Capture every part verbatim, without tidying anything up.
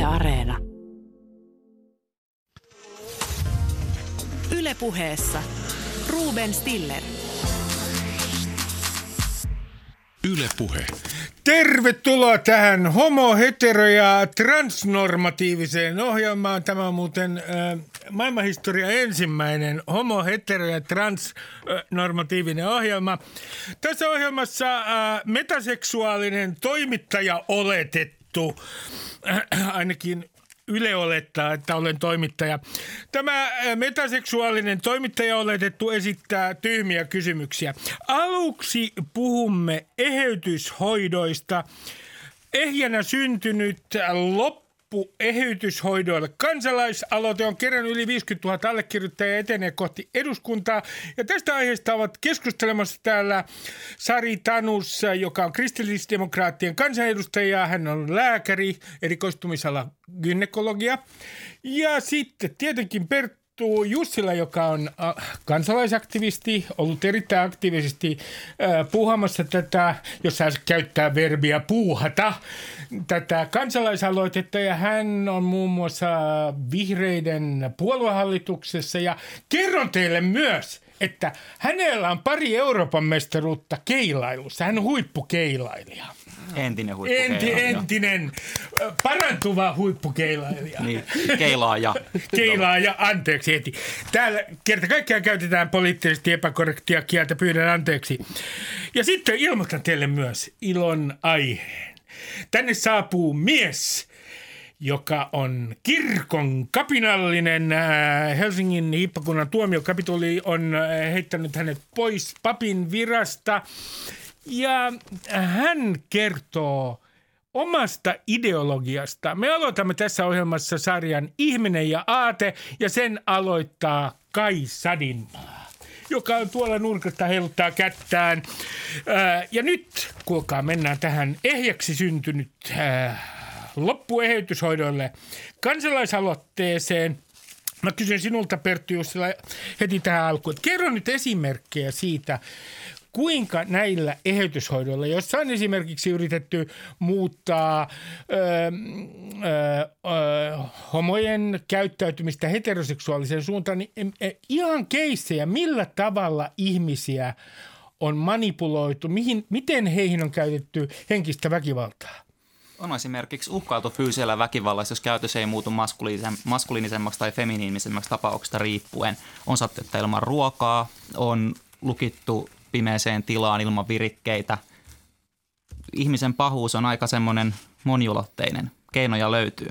Areena. Yle Puheessa Ruben Stiller. Yle Puhe. Tervetuloa tähän homo-, hetero- ja transnormatiiviseen ohjelmaan. Tämä on muuten äh, maailmanhistorian ensimmäinen homo-, hetero- ja transnormatiivinen ohjelma. Tässä ohjelmassa äh, metaseksuaalinen toimittaja oletettu, äh, ainakin Yle olettaa, että olen toimittaja. Tämä metaseksuaalinen toimittaja oletettu esittää tyhmiä kysymyksiä. Aluksi puhumme eheytyshoidoista. Ehjänä syntynyt loppu eheytyshoidoille kansalaisaloite on kerännyt yli viisikymmentätuhatta allekirjoittajaa ja etenee kohti eduskuntaa. Ja tästä aiheesta ovat keskustelemassa täällä Sari Tanus, joka on kristillisdemokraattien kansanedustaja. Hän on lääkäri, erikoistumisala gynekologia. Ja sitten tietenkin Perttu Jussila, joka on kansalaisaktivisti, ollut erittäin aktiivisesti puuhamassa tätä, jos hän käyttää verbiä puuhata, tätä kansalaisaloitetta. Ja hän on muun muassa vihreiden puoluehallituksessa. Ja kerron teille myös, että hänellä on pari Euroopan mestaruutta keilailussa. Hän on huippukeilailija. Entinen huippukeilailija. Enti, entinen, parantuva huippukeilailija. Niin, keilaaja. Keilaaja, anteeksi heti. Täällä kerta kaikkiaan käytetään poliittisesti epäkorrektia kieltä, pyydän anteeksi. Ja sitten ilmoitan teille myös ilon aiheen. Tänne saapuu mies, joka on kirkon kapinallinen. Helsingin hiippakunnan tuomiokapituli on heittänyt hänet pois papin virasta. Ja hän kertoo omasta ideologiasta. Me aloitamme tässä ohjelmassa sarjan Ihminen ja aate, ja sen aloittaa Kai Sadinmaa, joka on tuolla nurkasta heiluttaa kättään. Ja nyt, kuulkaa, mennään tähän ehjäksi syntynyt loppueheytyshoidoille kansalaisaloitteeseen. Mä kysyn sinulta, Perttu Jussila, heti tähän alkuun. Kerro nyt esimerkkejä siitä, kuinka näillä eheytyshoidoilla, joissa on esimerkiksi yritetty muuttaa öö, öö, öö, homojen käyttäytymistä heteroseksuaaliseen suuntaan, niin e, ihan keissejä, millä tavalla ihmisiä on manipuloitu, mihin, miten heihin on käytetty henkistä väkivaltaa? On esimerkiksi uhkailtu fyysisellä väkivallassa, jos käytös ei muutu maskuliinisemmaksi tai feminiinisemmäksi tapauksesta riippuen. On sattunut ilman ruokaa, on lukittu pimeeseen tilaan ilman virikkeitä. Ihmisen pahuus on aika semmoinen moniulotteinen. Keinoja löytyy.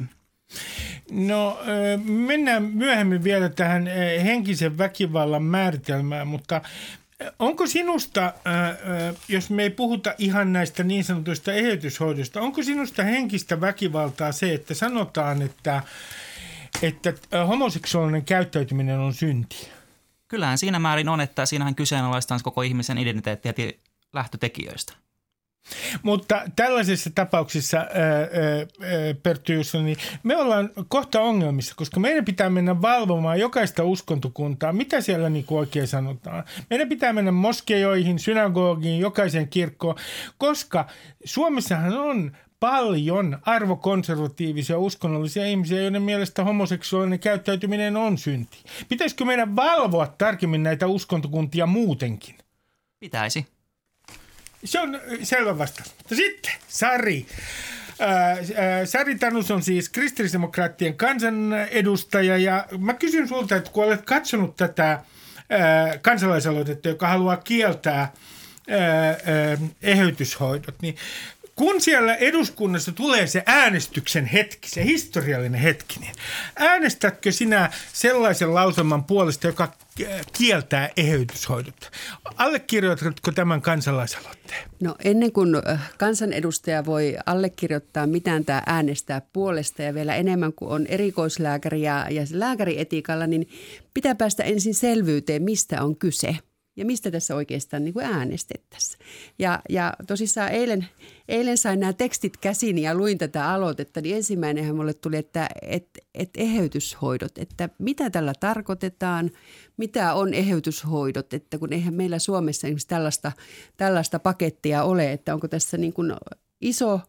No mennään myöhemmin vielä tähän henkisen väkivallan määritelmään, mutta onko sinusta, jos me ei puhuta ihan näistä niin sanotuista eheytyshoidoista, onko sinusta henkistä väkivaltaa se, että sanotaan, että, että homoseksuaalinen käyttäytyminen on synti? Kyllähän siinä määrin on, että siinähän kyseenalaistaan koko ihmisen identiteetti heti lähtötekijöistä. Mutta tällaisissa tapauksissa, ää, ää, Perttu Jussila, niin me ollaan kohta ongelmissa, koska meidän pitää mennä valvomaan jokaista uskontokuntaa. Mitä siellä niin kuin oikein sanotaan? Meidän pitää mennä moskeijoihin, synagogiin, jokaisen kirkkoon, koska Suomessahan on paljon arvokonservatiivisia uskonnollisia ihmisiä, joiden mielestä homoseksuaalinen käyttäytyminen on synti. Pitäisikö meidän valvoa tarkemmin näitä uskontokuntia muutenkin? Pitäisi. Se on selvä vastaus. Mutta sitten Sari. Ää, ää, Sari Tanus on siis kristillisdemokraattien kansanedustaja, ja mä kysyn sulta, että kun olet katsonut tätä ää, kansalaisaloitetta, joka haluaa kieltää ää, ää, eheytyshoidot, niin kun siellä eduskunnassa tulee se äänestyksen hetki, se historiallinen hetki, niin äänestätkö sinä sellaisen lauselman puolesta, joka kieltää eheytyshoidot? Allekirjoitatko tämän kansalaisaloitteen? No ennen kuin kansanedustaja voi allekirjoittaa mitään tai äänestää puolesta ja vielä enemmän kuin on erikoislääkäri ja, ja lääkärietiikalla, niin pitää päästä ensin selvyyteen, mistä on kyse. Ja mistä tässä oikeastaan niin kuin äänestettäisiin. Ja, ja tosissaan eilen, eilen sain nämä tekstit käsiin ja luin tätä aloitetta, niin ensimmäinenhän mulle tuli, että et, et eheytyshoidot, että mitä tällä tarkoitetaan, mitä on eheytyshoidot, että kun eihän meillä Suomessa esimerkiksi tällaista, tällaista pakettia ole, että onko tässä niin kuin iso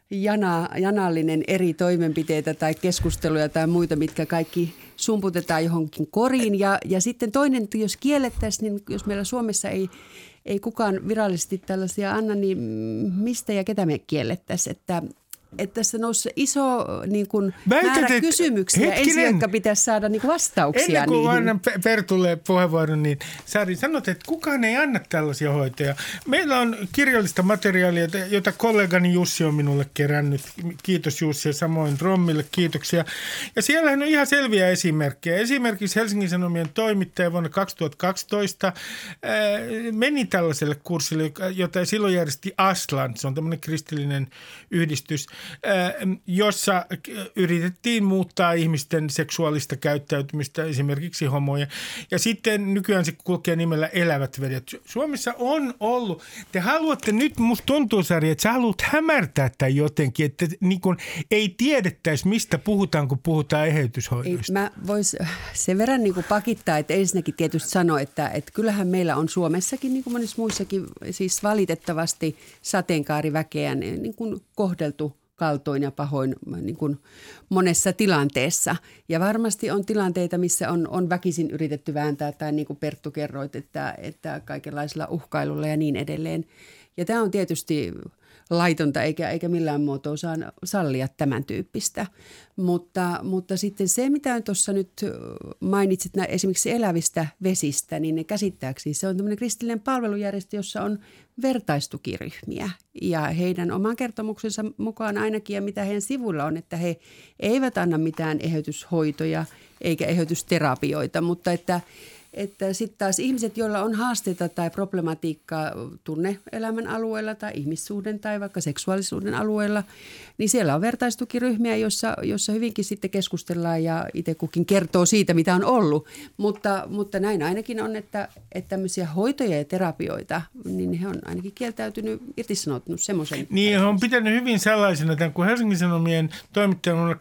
jana, janallinen eri toimenpiteitä tai keskusteluja tai muita, mitkä kaikki sumputetaan johonkin koriin. Ja, ja sitten toinen, että jos kiellettäisiin, niin jos meillä Suomessa ei, ei kukaan virallisesti tällaisia anna, niin mistä ja ketä me kiellettäisiin, että että tässä nousi iso niin kuin, määrä et, kysymyksiä hetkinen, ensin, jotka pitäisi saada niin kuin vastauksia ennen kuin niihin. annan Pertulle puheenvuoron, niin Sari, sanot, että kukaan ei anna tällaisia hoitoja. Meillä on kirjallista materiaalia, jota kollegani Jussi on minulle kerännyt. Kiitos Jussi ja samoin Rommille kiitoksia. Ja siellähän on ihan selviä esimerkkejä. Esimerkiksi Helsingin Sanomien toimittaja vuonna kaksituhattakaksitoista ää, meni tällaiselle kurssille, jota silloin järjesti Aslan. Se on tämmöinen kristillinen yhdistys, jossa yritettiin muuttaa ihmisten seksuaalista käyttäytymistä, esimerkiksi homoja. Ja sitten nykyään se kulkee nimellä Elävät vedet. Suomessa on ollut. Te haluatte nyt, musta tuntuu, Sari, että sä haluat hämärtää tämän jotenkin, että niin kun ei tiedettäisi, mistä puhutaan, kun puhutaan eheytyshoidoista. Ei, mä vois sen verran niin kuin pakittaa, että ensinnäkin tietysti sanoa, että, että kyllähän meillä on Suomessakin, niin kuin monissa muissakin, siis valitettavasti sateenkaariväkeä niin kuin kohdeltu kaltoin ja pahoin niin kuin monessa tilanteessa. Ja varmasti on tilanteita, missä on, on väkisin yritetty vääntää, tai niin kuin Perttu kerroit, että, että kaikenlaisilla uhkailulla ja niin edelleen. Ja tämä on tietysti laitonta, eikä, eikä millään muotoa saa sallia tämän tyyppistä. Mutta, mutta sitten se, mitä tuossa nyt mainitsit nää, esimerkiksi elävistä vesistä, niin ne käsittääkseni se on tämmöinen kristillinen palvelujärjestö, jossa on vertaistukiryhmiä. Ja heidän oman kertomuksensa mukaan ainakin, ja mitä heidän sivuilla on, että he eivät anna mitään eheytyshoitoja eikä eheytysterapioita, mutta että Että sitten taas ihmiset, joilla on haasteita tai problematiikkaa tunne-elämän alueella tai ihmissuuden tai vaikka seksuaalisuuden alueella, niin siellä on vertaistukiryhmiä, jossa, jossa hyvinkin sitten keskustellaan ja itse kukin kertoo siitä, mitä on ollut. Mutta, mutta näin ainakin on, että, että tämmöisiä hoitoja ja terapioita, niin he on ainakin kieltäytynyt, irtisanoutunut semmoisen. Niin, he on pitänyt hyvin sellaisena, että kun Helsingin Sanomien toimittaja vuonna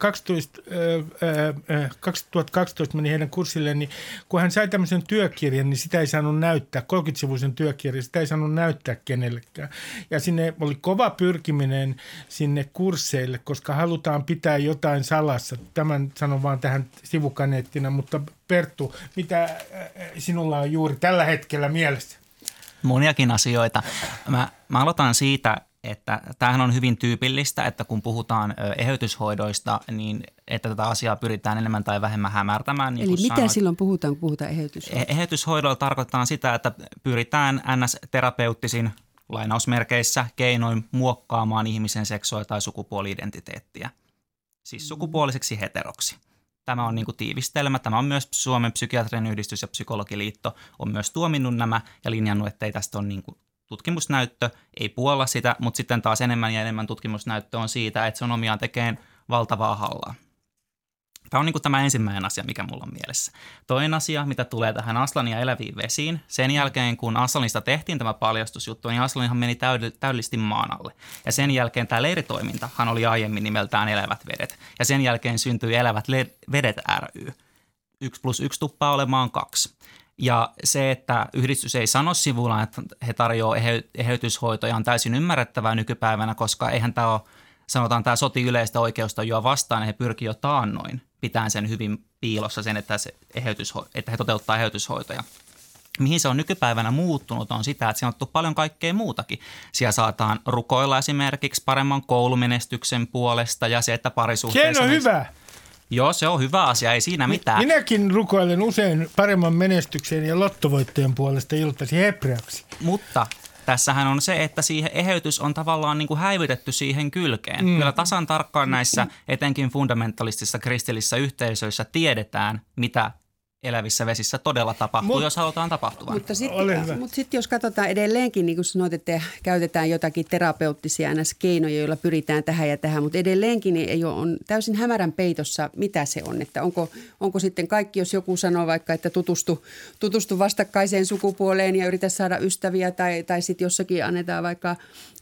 kaksituhattakaksitoista meni heidän kurssilleen, niin kun hän sai tämmöisen työkirjan, niin sitä ei saanut näyttää, kolmekymmentäsivuisen työkirjan, sitä ei saanut näyttää kenellekään. Ja sinne oli kova pyrkiminen sinne kursseille, koska halutaan pitää jotain salassa. Tämän sanon vaan tähän sivukaneettina, mutta Perttu, mitä sinulla on juuri tällä hetkellä mielessä? Moniakin asioita. Mä, mä aloitan siitä, että tämähän on hyvin tyypillistä, että kun puhutaan eheytyshoidoista, niin että tätä asiaa pyritään enemmän tai vähemmän hämärtämään. Niin Eli mitä sanoit, silloin puhutaan, kun puhutaan eheytyshoidoista? Eheytyshoidoilla tarkoittaa sitä, että pyritään ns-terapeuttisin lainausmerkeissä keinoin muokkaamaan ihmisen seksuaali- tai sukupuoli-identiteettiä. Siis sukupuoliseksi heteroksi. Tämä on niin kuin tiivistelmä. Tämä on myös Suomen psykiatrien yhdistys ja psykologiliitto on myös tuominnut nämä ja linjannut, että ei tästä ole niin kuin tutkimusnäyttö, ei puolla sitä, mutta sitten taas enemmän ja enemmän tutkimusnäyttö on siitä, että se on omiaan tekemään valtavaa hallaa. Tämä on niin kuin tämä ensimmäinen asia, mikä mulla on mielessä. Toinen asia, mitä tulee tähän Aslanin ja eläviin vesiin. Sen jälkeen, kun Aslanista tehtiin tämä paljastusjuttu, niin Aslanhan meni täydellisesti maan alle. Ja sen jälkeen tämä leiritoimintahan oli aiemmin nimeltään Elävät vedet. Ja sen jälkeen syntyi Elävät vedet ry. Yksi plus yksi tuppaa olemaan kaksi. Ja se, että yhdistys ei sano sivulla, että he tarjoavat eheytyshoitoja, on täysin ymmärrettävää nykypäivänä, koska eihän tämä ole, sanotaan tämä soti yleistä oikeustajua vastaan, ja he pyrkii jo taannoin pitämään sen hyvin piilossa sen, että, se eheytysho- että he toteuttaa eheytyshoitoja. Mihin se on nykypäivänä muuttunut on sitä, että siinä on otettu paljon kaikkea muutakin. Siellä saataan rukoilla esimerkiksi paremman koulumenestyksen puolesta ja se, että parisuhteessa... Hieno, hyvä! Joo, se on hyvä asia, ei siinä mitään. Minäkin rukoilen usein paremman menestyksen ja lottovoittojen puolesta iltaisin hebreaksi. Mutta tässähän on se, että siihen eheytys on tavallaan niin kuin häivytetty siihen kylkeen. Mm. Kyllä tasan tarkkaan näissä etenkin fundamentalistisissa kristillisissä yhteisöissä tiedetään, mitä elävissä vesissä todella tapahtuu, Mut, jos halutaan tapahtuvan. Mutta sitten mut sit, jos katsotaan edelleenkin, niin kuin sanoit, että käytetään jotakin terapeuttisia keinoja, joilla pyritään tähän ja tähän, mutta edelleenkin ei ole, on täysin hämärän peitossa, mitä se on. Että onko, onko sitten kaikki, jos joku sanoo vaikka, että tutustu, tutustu vastakkaiseen sukupuoleen ja yritä saada ystäviä, tai, tai sitten jossakin annetaan vaikka,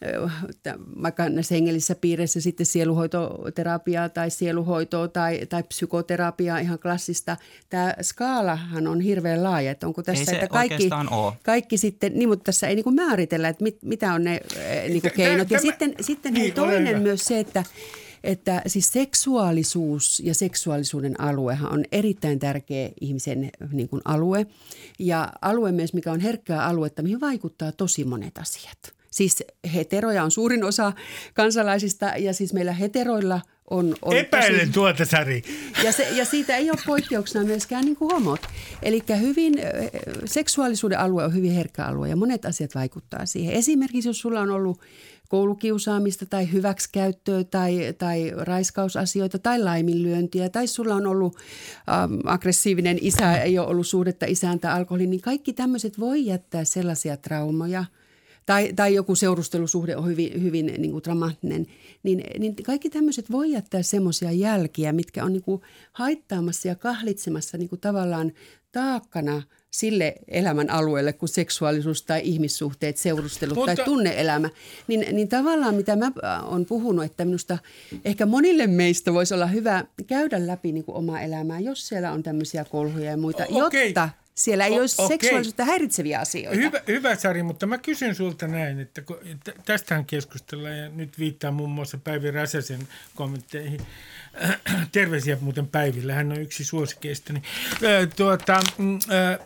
vaikka näissä hengellisissä piireissä sitten sieluhoitoterapiaa tai sieluhoitoa tai, tai psykoterapiaa, ihan klassista. Tämä skaalahan on hirveän laaja, että onko tässä, ei se että kaikki, kaikki sitten, niin mutta tässä ei niin kuin määritellä, että mit, mitä on ne niin kuin keinot. Ja sitten, sitten niin, toinen myös se, että Että siis seksuaalisuus ja seksuaalisuuden aluehan on erittäin tärkeä ihmisen niin kuin alue. Ja alue myös, mikä on herkkää aluetta, mihin vaikuttaa tosi monet asiat. Siis heteroja on suurin osa kansalaisista ja siis meillä heteroilla on... on Epäilen tosi, tuota, Sari. Ja, se, ja siitä ei ole poikkeuksena myöskään niin kuin homot. Eli hyvin, seksuaalisuuden alue on hyvin herkkä alue ja monet asiat vaikuttaa siihen. Esimerkiksi jos sulla on ollut koulukiusaamista tai hyväksikäyttöä tai, tai raiskausasioita tai laiminlyöntiä tai sulla on ollut ähm, aggressiivinen isä, ei ole ollut suhdetta isään tai alkoholiin, niin kaikki tämmöiset voi jättää sellaisia traumoja tai, tai joku seurustelusuhde on hyvin, hyvin niin kuin dramaattinen, niin, niin kaikki tämmöiset voi jättää semmoisia jälkiä, mitkä on niin kuin haittaamassa ja kahlitsemassa niin kuin tavallaan taakkana sille elämän alueelle kuin seksuaalisuus tai ihmissuhteet, seurustelut Mutta... tai tunne-elämä. Niin, niin tavallaan mitä mä oon puhunut, että minusta ehkä monille meistä voisi olla hyvä käydä läpi niin kuin omaa elämää, jos siellä on tämmöisiä kolhuja ja muita, o- okay. jotta siellä ei o- olisi okay. seksuaalisuutta häiritseviä asioita. Hyvä, hyvä Sari, mutta mä kysyn sulta näin, että kun, tästähän keskustellaan ja nyt viittaa muun muassa Päivi Räsäsen kommentteihin. Terveisiä muuten Päiville, hän on yksi suosikeistani. Tuota, äh,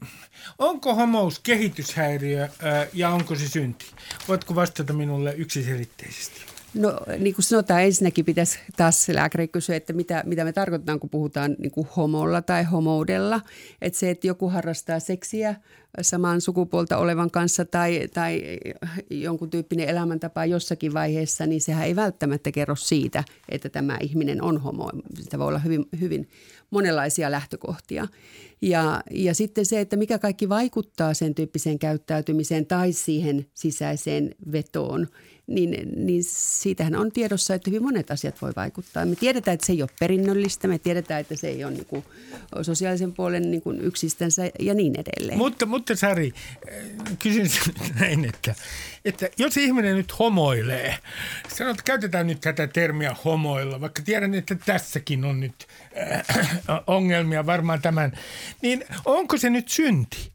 onko homous kehityshäiriö äh, ja onko se synti? Voitko vastata minulle yksiselitteisesti? No niin kuin sanotaan, ensinnäkin pitäisi taas lääkäri kysyä, että mitä, mitä me tarkoitetaan, kun puhutaan niin kuin homolla tai homoudella. Että se, että joku harrastaa seksiä saman sukupuolta olevan kanssa tai, tai jonkun tyyppinen elämäntapa jossakin vaiheessa, niin sehän ei välttämättä kerro siitä, että tämä ihminen on homo. Sitä voi olla hyvin, hyvin monenlaisia lähtökohtia. Ja, ja sitten se, että mikä kaikki vaikuttaa sen tyyppiseen käyttäytymiseen tai siihen sisäiseen vetoon, niin, niin siitähän on tiedossa, että hyvin monet asiat voi vaikuttaa. Me tiedetään, että se ei ole perinnöllistä, me tiedetään, että se ei ole niin kuin sosiaalisen puolen niin kuin yksistänsä ja niin edelleen. Mutta, mutta Sari, kysyn näin, että, että jos ihminen nyt homoilee, sanot, käytetään nyt tätä termiä homoilla, vaikka tiedän, että tässäkin on nyt äh, ongelmia varmaan tämän, niin onko se nyt synti?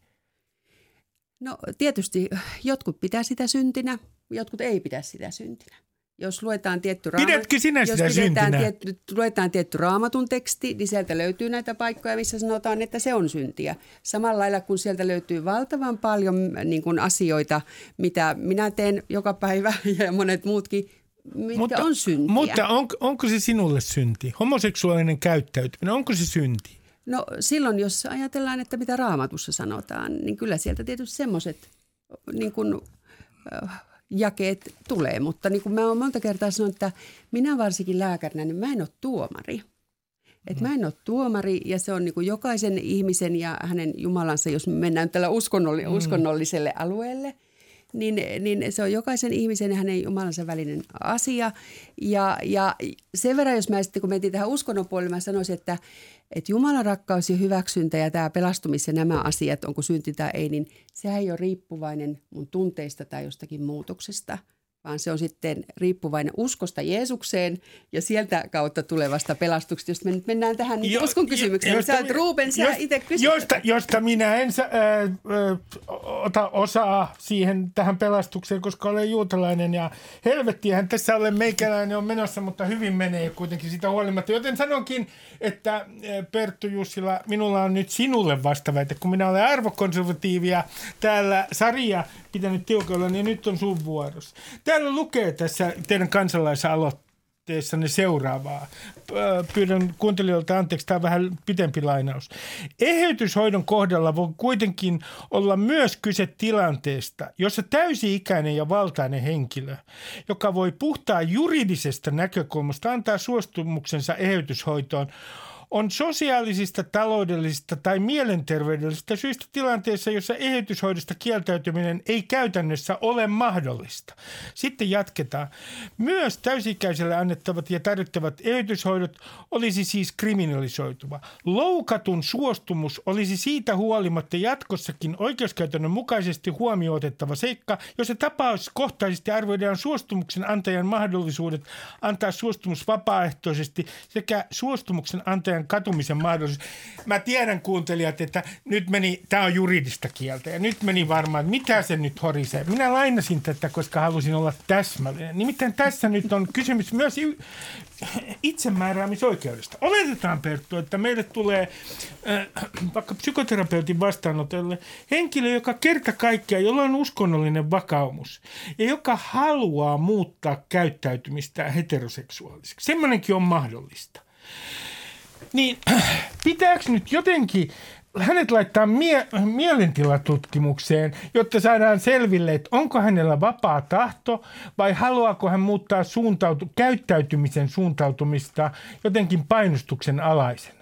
No tietysti jotkut pitää sitä syntinä. Jotkut ei pidä sitä syntinä. Jos luetaan tietty, raama, Pidätkö sinä sitä jos syntinä? Tietty, luetaan tietty raamatun teksti, niin sieltä löytyy näitä paikkoja, missä sanotaan, että se on syntiä. Samalla lailla kun sieltä löytyy valtavan paljon niin kuin asioita, mitä minä teen joka päivä ja monet muutkin, mitkä mutta, on syntiä. Mutta on, onko se sinulle synti? Homoseksuaalinen käyttäytyminen, onko se synti? No silloin, jos ajatellaan, että mitä raamatussa sanotaan, niin kyllä sieltä tietysti semmoiset niin kuin äh, jakeet tulee, mutta niin kuin mä oon monta kertaa sanonut, että minä varsinkin lääkärinä, niin mä en ole tuomari. Että mä en ole tuomari ja se on niin kuin jokaisen ihmisen ja hänen Jumalansa, jos me mennään tällä uskonnoll- mm. uskonnolliselle alueelle, niin, niin se on jokaisen ihmisen ja hänen Jumalansa välinen asia. Ja, ja sen verran, jos mä sitten kun mentiin tähän uskonnon puolelle, mä sanoisin, että, että Jumalan rakkaus ja hyväksyntä ja tämä pelastumis ja nämä asiat, onko synti tai ei, niin sehän ei ole riippuvainen mun tunteista tai jostakin muutoksesta, vaan se on sitten riippuvainen uskosta Jeesukseen ja sieltä kautta tulevasta pelastuksesta. Jos me nyt mennään tähän jo, uskon kysymykseen, niin sä olet Ruben, sä itse kysyt. Josta, josta minä en äh, äh, ota osaa siihen tähän pelastukseen, koska olen juutalainen ja helvettiähän tässä olen meikäläinen on menossa, mutta hyvin menee kuitenkin sitä huolimatta. Joten sanonkin, että Perttu Jussila, minulla on nyt sinulle vastaväite, kun minä olen arvokonservatiivia täällä Saria pitänyt tiukoilla, niin nyt on sun vuorossa. Täällä lukee tässä teidän kansalaisaloitteessanne seuraavaa. Pyydän kuuntelijoilta anteeksi, tämä on vähän pitempi lainaus. Eheytyshoidon kohdalla voi kuitenkin olla myös kyse tilanteesta, jossa täysi-ikäinen ja valtainen henkilö, joka voi puhtaan juridisesta näkökulmasta antaa suostumuksensa eheytyshoitoon, on sosiaalisista, taloudellisista tai mielenterveydellisistä syistä tilanteessa, jossa eheytyshoidosta kieltäytyminen ei käytännössä ole mahdollista. Sitten jatketaan. Myös täysi-ikäiselle annettavat ja tarjottavat eheytyshoidot olisi siis kriminalisoituva. Loukatun suostumus olisi siitä huolimatta jatkossakin oikeuskäytännön mukaisesti huomioon otettava seikka, jossa tapauskohtaisesti arvioidaan suostumuksen antajan mahdollisuudet antaa suostumus vapaaehtoisesti sekä suostumuksen antajan tämän katumisen mahdollisuus. Mä tiedän kuuntelijat, että nyt meni, tämä on juridista kieltä ja nyt meni varmaan, että mitä se nyt horisee. Minä lainasin tätä, koska halusin olla täsmällinen. Nimittäin tässä nyt on kysymys myös itsemääräämisoikeudesta. Oletetaan, Perttu, että meille tulee äh, vaikka psykoterapeutin vastaanotolle henkilö, joka kerta kaikkiaan, jolla on uskonnollinen vakaumus ja joka haluaa muuttaa käyttäytymistä heteroseksuaaliseksi. Semmoinenkin on mahdollista. Niin pitääkö nyt jotenkin hänet laittaa mie- mielentilatutkimukseen, jotta saadaan selville, että onko hänellä vapaa tahto vai haluaako hän muuttaa suuntautu- käyttäytymisen suuntautumista jotenkin painostuksen alaisena?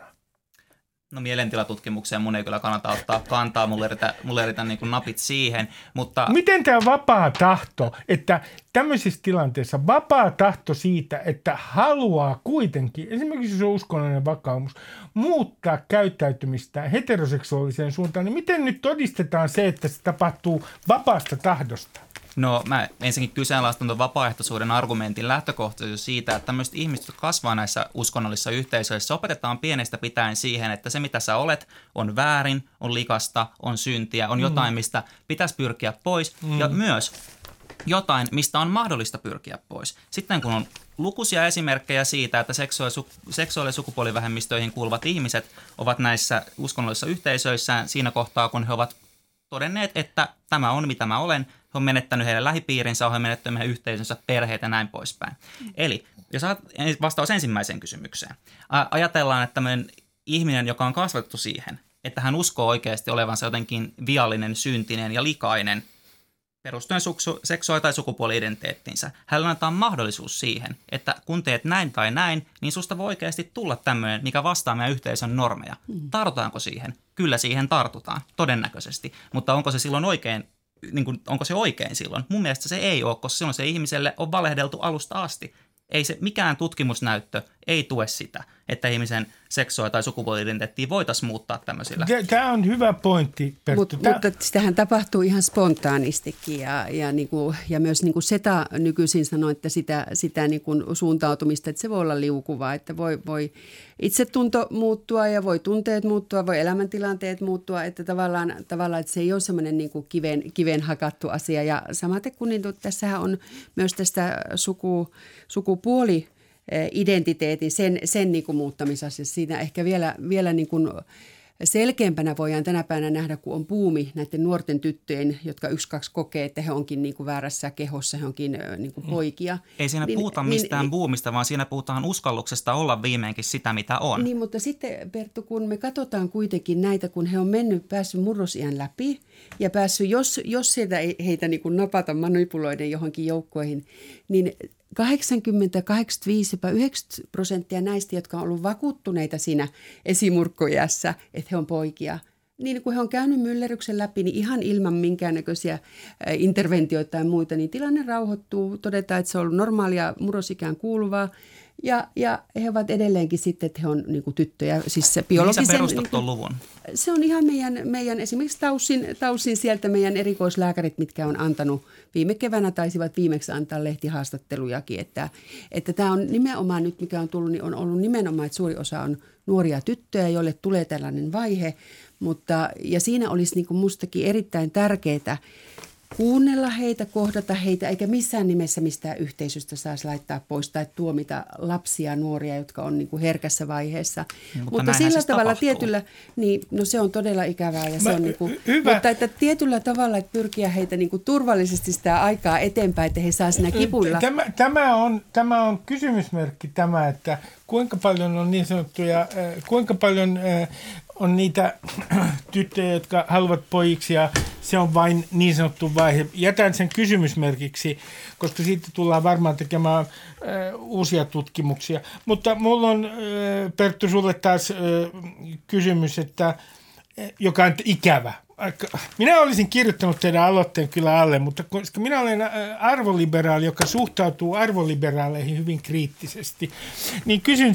No mielentilatutkimukseen mun ei kyllä kannata ottaa kantaa, mulle eritä, mulle eritä niin kuin napit siihen, mutta... Miten tämä vapaa tahto, että tämmöisissä tilanteissa vapaa tahto siitä, että haluaa kuitenkin, esimerkiksi jos on uskonnollinen vakaumus, muuttaa käyttäytymistä heteroseksuaaliseen suuntaan, niin miten nyt todistetaan se, että se tapahtuu vapaasta tahdosta? No mä ensinnäkin kyseenalaistan tuon vapaaehtoisuuden argumentin lähtökohtaisesti siitä, että tämmöiset ihmiset, jotka kasvaa näissä uskonnollisissa yhteisöissä, opetetaan pienestä pitäen siihen, että se mitä sä olet on väärin, on likasta, on syntiä, on jotain, mistä pitäisi pyrkiä pois mm. ja myös jotain, mistä on mahdollista pyrkiä pois. Sitten kun on lukuisia esimerkkejä siitä, että seksuaali- ja sukupuolivähemmistöihin kuuluvat ihmiset ovat näissä uskonnollisissa yhteisöissään siinä kohtaa, kun he ovat todenneet, että tämä on mitä mä olen, he on menettänyt heidän lähipiirinsä, he on menettänyt heidän yhteisönsä, perheet ja näin poispäin. Mm. Eli jos vastaus ensimmäiseen kysymykseen. Ajatellaan, että tämmöinen ihminen, joka on kasvatettu siihen, että hän uskoo oikeasti olevansa jotenkin viallinen, syntinen ja likainen perustuen suksu- seksuaali- tai sukupuoli-identiteettinsä. Hänellä annetaan mahdollisuus siihen, että kun teet näin tai näin, niin susta voi oikeasti tulla tämmöinen, mikä vastaa meidän yhteisön normeja. Mm. Tartutaanko siihen? Kyllä siihen tartutaan, todennäköisesti. Mutta onko se silloin oikein, niin kuin, onko se oikein silloin? Mun mielestä se ei ole, koska silloin se ihmiselle on valehdeltu alusta asti. Ei se, mikään tutkimusnäyttö ei tue sitä, että ihmisen seksuaali- tai sukupuoli-identiteettiä voitaisiin muuttaa tämmöisillä. Tämä on hyvä pointti, Perttu. Mut, Tää... Mutta sitähän tapahtuu ihan spontaanistikin ja, ja, niinku, ja myös niinku Seta nykyisin sanoo, että sitä, sitä niinku suuntautumista, että se voi olla liukuvaa, että voi, voi itsetunto muuttua ja voi tunteet muuttua, voi elämäntilanteet muuttua, että tavallaan, tavallaan että se ei ole semmoinen niinku kiven, kiven hakattu asia. Ja samaten kun niin, tässähän on myös tästä suku, sukupuoli identiteetin, sen, sen niin kuin muuttamisasiassa. Siinä ehkä vielä, vielä niin kuin selkeämpänä voidaan tänä päivänä nähdä, kun on buumi näiden nuorten tyttöjen, jotka yksi, kaksi kokee, että he onkin niin kuin väärässä kehossa, he onkin niin kuin poikia. Ei siinä niin, puhuta niin, mistään niin, buumista, vaan siinä puhutaan uskalluksesta olla viimeinkin sitä, mitä on. Niin, mutta sitten Perttu, kun me katsotaan kuitenkin näitä, kun he on mennyt, päässyt murrosiän läpi ja päässyt, jos, jos sieltä ei heitä niin kuin napata manipuloiden johonkin joukkoihin, niin kahdeksankymmentä, kahdeksankymmentäviisi, jopa yhdeksänkymmentä prosenttia näistä, jotka on ollut vakuuttuneita siinä esimurkkojässä, että he on poikia, niin kun he on käynyt myllerryksen läpi, niin ihan ilman minkäännäköisiä interventioita tai muita, niin tilanne rauhoittuu, todetaan, että se on ollut normaalia murrosikään kuuluvaa. Ja, ja he ovat edelleenkin sitten, että he on niin kuin tyttöjä. Siis se biologisen, mihin sä perustat niin tuon luvun? Se on ihan meidän, meidän esimerkiksi Taussin, Taussin sieltä meidän erikoislääkärit, mitkä on antanut viime keväänä, taisivat viimeksi antaa lehtihaastattelujakin. Että, että tämä on nimenomaan nyt, mikä on tullut, niin on ollut nimenomaan, että suuri osa on nuoria tyttöjä, joille tulee tällainen vaihe. Mutta, ja siinä olisi niin kuin mustakin erittäin tärkeää kuunnella heitä, kohdata heitä, eikä missään nimessä mistään yhteisöstä saisi laittaa pois tai tuomita lapsia, nuoria, jotka on niin kuin herkässä vaiheessa. Ja, mutta mutta sillä siis tavalla tapahtuu. tietyllä, niin no se on todella ikävää. Ja se Mä, on niin kuin, hyvä. mutta että tietyllä tavalla, että pyrkiä heitä niin kuin turvallisesti sitä aikaa eteenpäin, että he saa siinä kipuilla. Tämä, tämä, on, tämä on kysymysmerkki tämä, että kuinka paljon on niin sanottuja, äh, kuinka paljon äh, on niitä tyttöjä, jotka haluavat pojiksi ja se on vain niin sanottu vaihe. Jätän sen kysymysmerkiksi, koska siitä tullaan varmaan tekemään äh, uusia tutkimuksia. Mutta mulla on, äh, Perttu, sulle taas äh, kysymys, että, äh, joka on ikävä. Minä olisin kirjoittanut teidän aloitteen kyllä alle, mutta koska minä olen arvoliberaali, joka suhtautuu arvoliberaaleihin hyvin kriittisesti, niin kysyn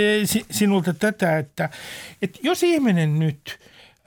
sinulta tätä, että, että jos ihminen nyt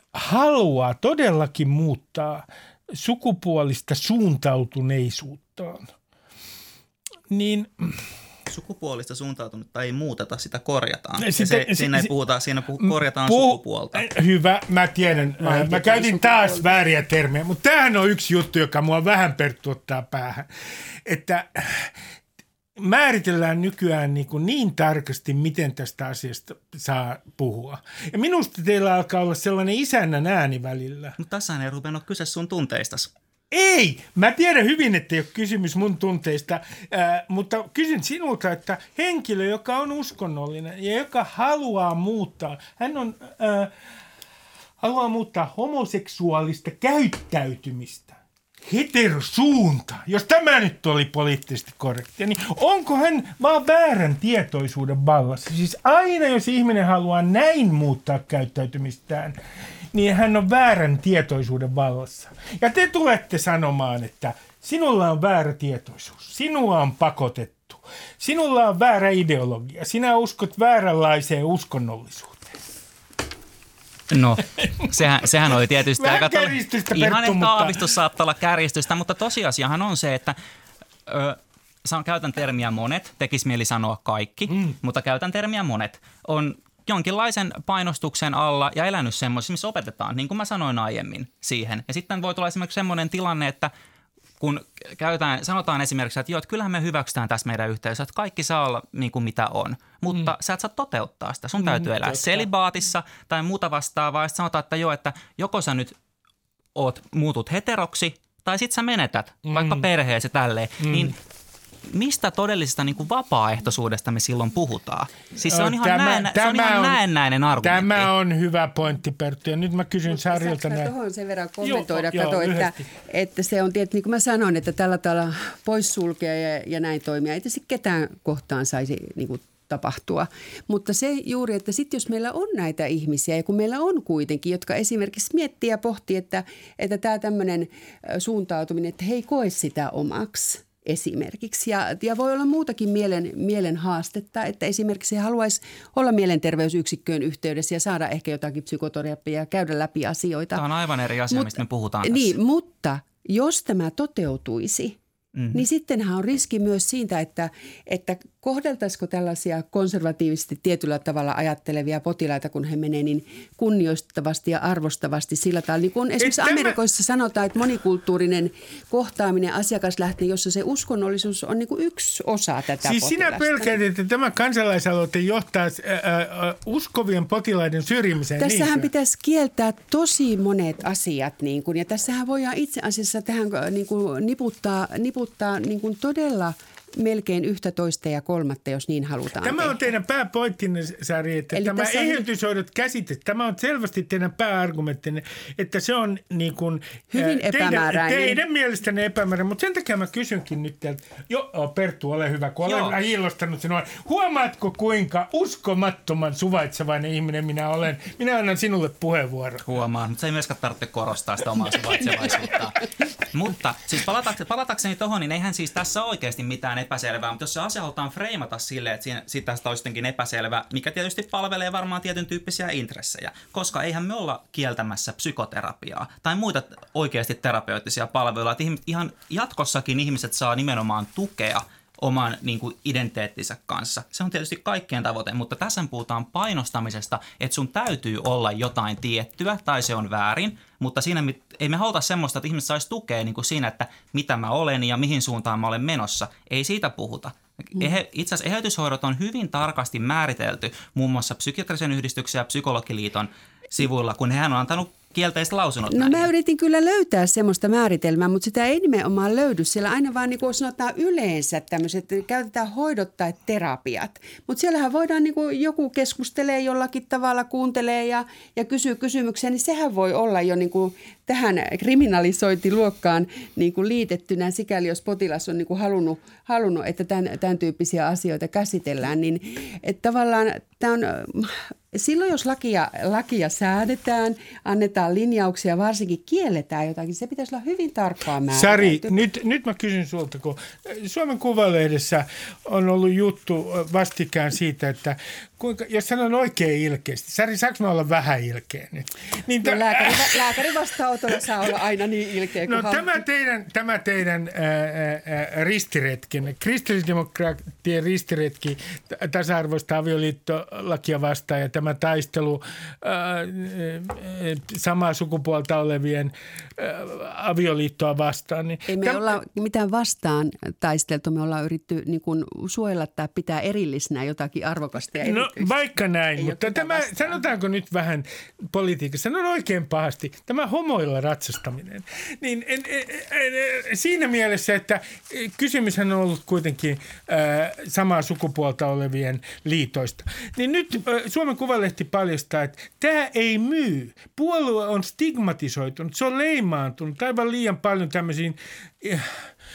haluaa todellakin muuttaa sukupuolista suuntautuneisuuttaan, niin sukupuolista suuntautumista ei muuteta, sitä korjataan. Sitten, se, se, siinä ei se, puhuta, siinä puhu, korjataan puh, sukupuolta. Hyvä, mä tiedän. Vaihdetaan mä käytin taas sukupuolta. Vääriä termejä, mutta tämähän on yksi juttu, joka mua vähän pertuuttaa päähän. Että määritellään nykyään niin, kuin niin tarkasti, miten tästä asiasta saa puhua. Ja minusta teillä alkaa olla sellainen isännän ääni välillä. Mutta tässä ei rupea kyse sun tunteistasi. Ei! Mä tiedän hyvin, että ei ole kysymys mun tunteista, äh, mutta kysyn sinulta, että henkilö, joka on uskonnollinen ja joka haluaa muuttaa, hän on, äh, haluaa muuttaa homoseksuaalista käyttäytymistä, heterosuunta, jos tämä nyt oli poliittisesti korrektia, niin onko hän vaan väärän tietoisuuden vallassa? Siis aina, jos ihminen haluaa näin muuttaa käyttäytymistään, niin hän on väärän tietoisuuden vallassa. Ja te tulette sanomaan, että sinulla on väärä tietoisuus, sinua on pakotettu, sinulla on väärä ideologia, sinä uskot vääränlaiseen uskonnollisuuteen. No, sehän, sehän oli tietysti vähän aika kärjistystä, ihan Perttu, ehkä mutta aavistus saattaa olla kärjistystä, mutta tosiasiahan on se, että ö, sanon, käytän termiä monet, tekisi mieli sanoa kaikki, mm. mutta käytän termiä monet, on jonkinlaisen painostuksen alla ja elänyt semmoisessa, missä opetetaan, niin kuin mä sanoin aiemmin siihen. Ja sitten voi tulla esimerkiksi semmoinen tilanne, että kun käytetään, sanotaan esimerkiksi, että joo, että kyllähän me hyväksytään tässä meidän yhteisössä, että kaikki saa olla niin kuin mitä on, mutta mm. sä et saa toteuttaa sitä. Sun mm, täytyy elää totta. Selibaatissa tai muuta vastaavaa. Ja sitten sanotaan, että joo, että joko sä nyt oot, muutut heteroksi tai sit sä menetät mm. vaikka perheesi tälleen, mm. niin mistä todellisesta niin kuin vapaaehtoisuudesta me silloin puhutaan? Siis se on ihan, tämä, näennä, tämä se on ihan on, näennäinen argumentti. Tämä on hyvä pointti, Perttu. Ja nyt mä kysyn Sarilta näin. Tuohon sen verran kommentoida. Joo, kato, joo, että, että se on tietysti, niin kuin mä sanoin, että tällä tavalla poissulkea ja, ja näin toimia. Ei tietysti ketään kohtaan saisi niin kuin tapahtua. Mutta se juuri, että sitten jos meillä on näitä ihmisiä ja kun meillä on kuitenkin, jotka esimerkiksi miettii ja pohtii, että, että tämä tämmöinen suuntautuminen, että he ei koe sitä omaksi esimerkiksi. Ja, ja voi olla muutakin mielen, mielen haastetta, että esimerkiksi he haluaisi olla mielenterveysyksikköön yhteydessä ja saada ehkä jotakin psykoterapiaa ja käydä läpi asioita. Tämä on aivan eri asia, Mut, mistä me puhutaan tässä. Niin, mutta jos tämä toteutuisi, mm-hmm. niin sittenhän on riski myös siitä, että, että kohdeltaisiko tällaisia konservatiivisesti tietyllä tavalla ajattelevia potilaita, kun he menee niin kunnioittavasti ja arvostavasti sillä tavalla. Niin kuin esimerkiksi tämä Amerikoissa sanotaan, että monikulttuurinen kohtaaminen, asiakaslähtöinen, jossa se uskonnollisuus on niin kuin yksi osa tätä siis potilasta. Sinä pelkäät, että tämä kansalaisaloite johtaa ää, ää, uskovien potilaiden syrjimiseen. Tässähän niin pitäisi kieltää tosi monet asiat. Niin kuin, ja tässähän voidaan itse asiassa tähän niin kuin niputtaa, niputtaa niin kuin todella melkein yhtä toista ja kolmatta, jos niin halutaan Tämä tehdä. on teidän pääpointtinne, Sari, että eli tämä eheytyshoidot käsite, tämä on selvästi teidän pääargumenttinne, että se on niin kuin hyvin epämääräinen. Teidän, teidän mielestänne epämääräinen, mutta sen takia mä kysynkin nyt teiltä. Joo, Perttu, ole hyvä, kun olen Joo. hiilostanut sinua. Huomaatko, kuinka uskomattoman suvaitsevainen ihminen minä olen? Minä annan sinulle puheenvuoron. Huomaan, mutta se ei myöskään tarvitse korostaa sitä omaa suvaitsevaisuutta. Mutta siis palatakseni, palatakseni tuohon, niin eihän siis tässä oikeasti mitään epäselvää, mutta jos se asia halutaan freimata silleen, että siinä, siitä tästä olisi jotenkin epäselvä, mikä tietysti palvelee varmaan tietyn tyyppisiä intressejä, koska eihän me olla kieltämässä psykoterapiaa tai muita oikeasti terapeuttisia palveluja, että ihan jatkossakin ihmiset saa nimenomaan tukea oman niin kuin identiteettinsä kanssa. Se on tietysti kaikkien tavoite, mutta tässä puhutaan painostamisesta, että sun täytyy olla jotain tiettyä tai se on väärin, mutta siinä ei me haluta semmoista, että ihmiset saisi tukea niin kuin siinä, että mitä mä olen ja mihin suuntaan mä olen menossa. Ei siitä puhuta. Ehe, itse asiassa eheytyshoidot on hyvin tarkasti määritelty muun muassa psykiatrisen yhdistyksen ja psykologiliiton sivuilla, kun hehän on antanut kielteiset lausunnot. No näin. Mä yritin kyllä löytää semmoista määritelmää, mutta sitä ei nimenomaan löydy. Siellä aina vaan niin kuin sanotaan yleensä tämmöiset, käytetään hoidot tai terapiat. Mutta siellähän voidaan, niin kuin joku keskustelee jollakin tavalla, kuuntelee ja, ja kysyy kysymyksiä, niin sehän voi olla jo niin kuin tähän kriminalisointiluokkaan niin kuin liitettynä, sikäli jos potilas on niin kuin halunnut, halunnut, että tämän, tämän tyyppisiä asioita käsitellään. Niin että tavallaan tämä on silloin jos lakia, lakia säädetään, annetaan linjauksia, varsinkin kielletään jotakin, se pitäisi olla hyvin tarkkaan määritelty. Sari, nyt, nyt mä kysyn sulta, kun Suomen Kuvalehdessä on ollut juttu vastikään siitä, että kuinka, jos sanon oikein ilkeästi, Sari, saanko mä olla vähän ilkeä nyt? Niin no, lääkäri, lääkäri vastaanotolla saa olla aina niin ilkeä kuin No tämä teidän, tämä teidän ää, ää, ristiretken, kristillisdemokraattien ristiretki tasa-arvoista avioliittolakia vastaan ja tämä taistelu ää, samaa sukupuolta olevien ää, avioliittoa vastaan. Niin ei me täm- olla mitään vastaan taisteltu, me ollaan yritetty niin kuin suojella tai pitää erillisenä jotakin arvokasta ja No vaikka näin, ei mutta tämä, vastaan. Sanotaanko nyt vähän politiikassa, sanon oikein pahasti, tämä homoilla ratsastaminen, niin en, en, en, en, siinä mielessä, että kysymyshän on ollut kuitenkin äh, samaa sukupuolta olevien liitoista, niin nyt äh, Suomen Kuvalehti paljastaa, että tämä ei myy. Puolue on stigmatisoitunut, se on leimaantunut aivan liian paljon tämmöisiin äh,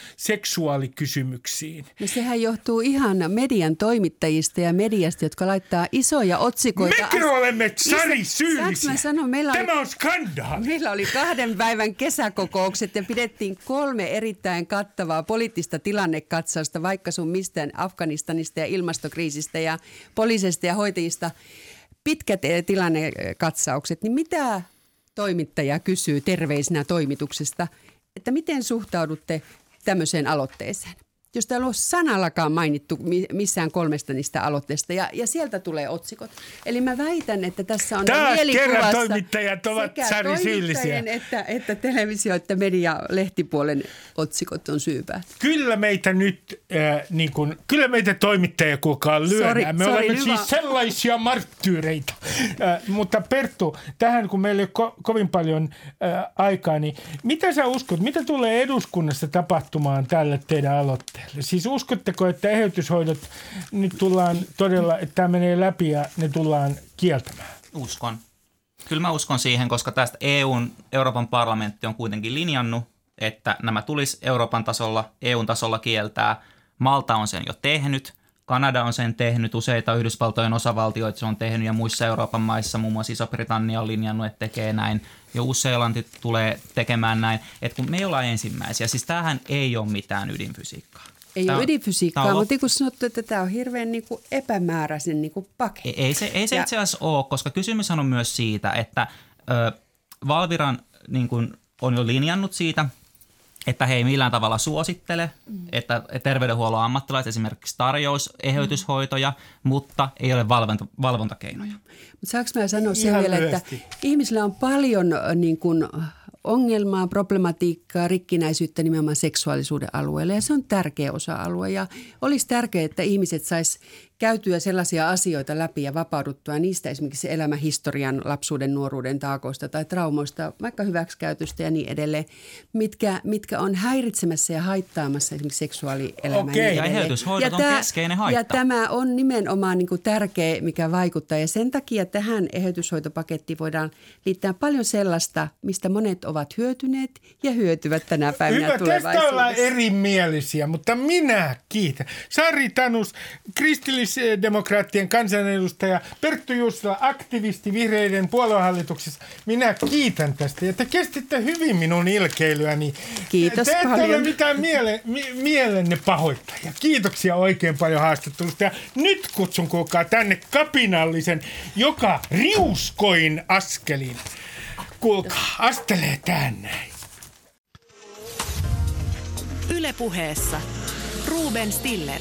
seksuaalikysymyksiin. No sehän johtuu ihan median toimittajista ja mediasta, jotka laittaa isoja otsikoita. Mekin olemme, Sari, syyllisiä. Sanon, meillä Tämä oli, on skandaali. Meillä oli kahden päivän kesäkokoukset ja pidettiin kolme erittäin kattavaa poliittista tilannekatsausta, vaikka sun mistään Afganistanista ja ilmastokriisistä ja poliisista ja hoitajista. Pitkät tilannekatsaukset, niin mitä toimittaja kysyy terveisinä toimituksesta, että miten suhtaudutte tämmöiseen aloitteeseen, jos täällä on sanallakaan mainittu missään kolmesta niistä aloitteista, ja, ja sieltä tulee otsikot. Eli mä väitän, että tässä on taas kerran toimittajat ovat Sari syyllisiä. Että, että televisio, että media, lehtipuolen otsikot on syypää. Kyllä meitä nyt, äh, niin kuin, kyllä meitä toimittajia kuulkaa lyödään. Sorry, Me sorry, olemme hyvä. siis sellaisia marttyyreitä. Äh, mutta Perttu, tähän kun meillä ei ole ko- kovin paljon äh, aikaa, niin mitä sä uskot, mitä tulee eduskunnassa tapahtumaan tälle teidän aloitteelle? Siis uskotteko, että eheytyshoidot nyt tullaan todella, että tämä menee läpi ja ne tullaan kieltämään? Uskon. Kyllä mä uskon siihen, koska tästä E U:n, Euroopan parlamentti on kuitenkin linjannut, että nämä tulisi Euroopan tasolla, E U:n tasolla kieltää. Malta on sen jo tehnyt, Kanada on sen tehnyt, useita Yhdysvaltojen osavaltioita se on tehnyt ja muissa Euroopan maissa, muun muassa Iso-Britannia on linjannut, että tekee näin. Ja Uusi-Seelanti tulee tekemään näin, että kun me ei olla ensimmäisiä, siis tämähän ei ole mitään ydinfysiikkaa. Ei Tämä ole on, ydinfysiikkaa, on, mutta kun sanottu, että tämä on hirveän niin kuin epämääräisen niin kuin paketti. Ei, ei se, ei se ja, itse asiassa ole, koska kysymyshän on myös siitä, että ö, Valviran niin kuin, on jo linjannut siitä, että he ei millään tavalla suosittele, mm. että terveydenhuollon ammattilaiset esimerkiksi tarjoaisi eheytyshoitoja, mm. mutta ei ole valvonta, valvontakeinoja. Mutta saanko mä sanoa sen Ihan vielä, lyhyesti. että ihmisillä on paljon niin kuin ongelmaa, problematiikkaa, rikkinäisyyttä nimenomaan seksuaalisuuden alueella ja se on tärkeä osa-alue ja olisi tärkeää, että ihmiset sais käytyä sellaisia asioita läpi ja vapauduttua niistä esimerkiksi elämähistorian, lapsuuden, nuoruuden taakoista tai traumoista, vaikka hyväksikäytöstä ja niin edelleen, mitkä, mitkä on häiritsemässä ja haittaamassa esimerkiksi seksuaalielämää. Okei. Niin ja eheytyshoidot on tämä, keskeinen haitta. Ja tämä on nimenomaan niin kuin tärkeä, mikä vaikuttaa ja sen takia tähän eheytyshoitopakettiin voidaan liittää paljon sellaista, mistä monet ovat hyötyneet ja hyötyvät tänä päivänä Hyvä, tulevaisuudessa. tästä ollaan erimielisiä, mutta minä kiitän. Sari Tanus, kristillisdemokraattien kansanedustaja, Perttu Jussila, aktivisti vihreiden puoluehallituksessa. Minä kiitän tästä ja te kestitte hyvin minun ilkeilyäni. Kiitos te ette paljon. ole mitään miele, mi, mielenne pahoittajia. Kiitoksia oikein paljon haastattelusta. Ja nyt kutsun kuulkaa tänne kapinallisen, joka riuskoin askelin. Kuulkaa, astelee tään näin. Yle Puheessa Ruben Stiller.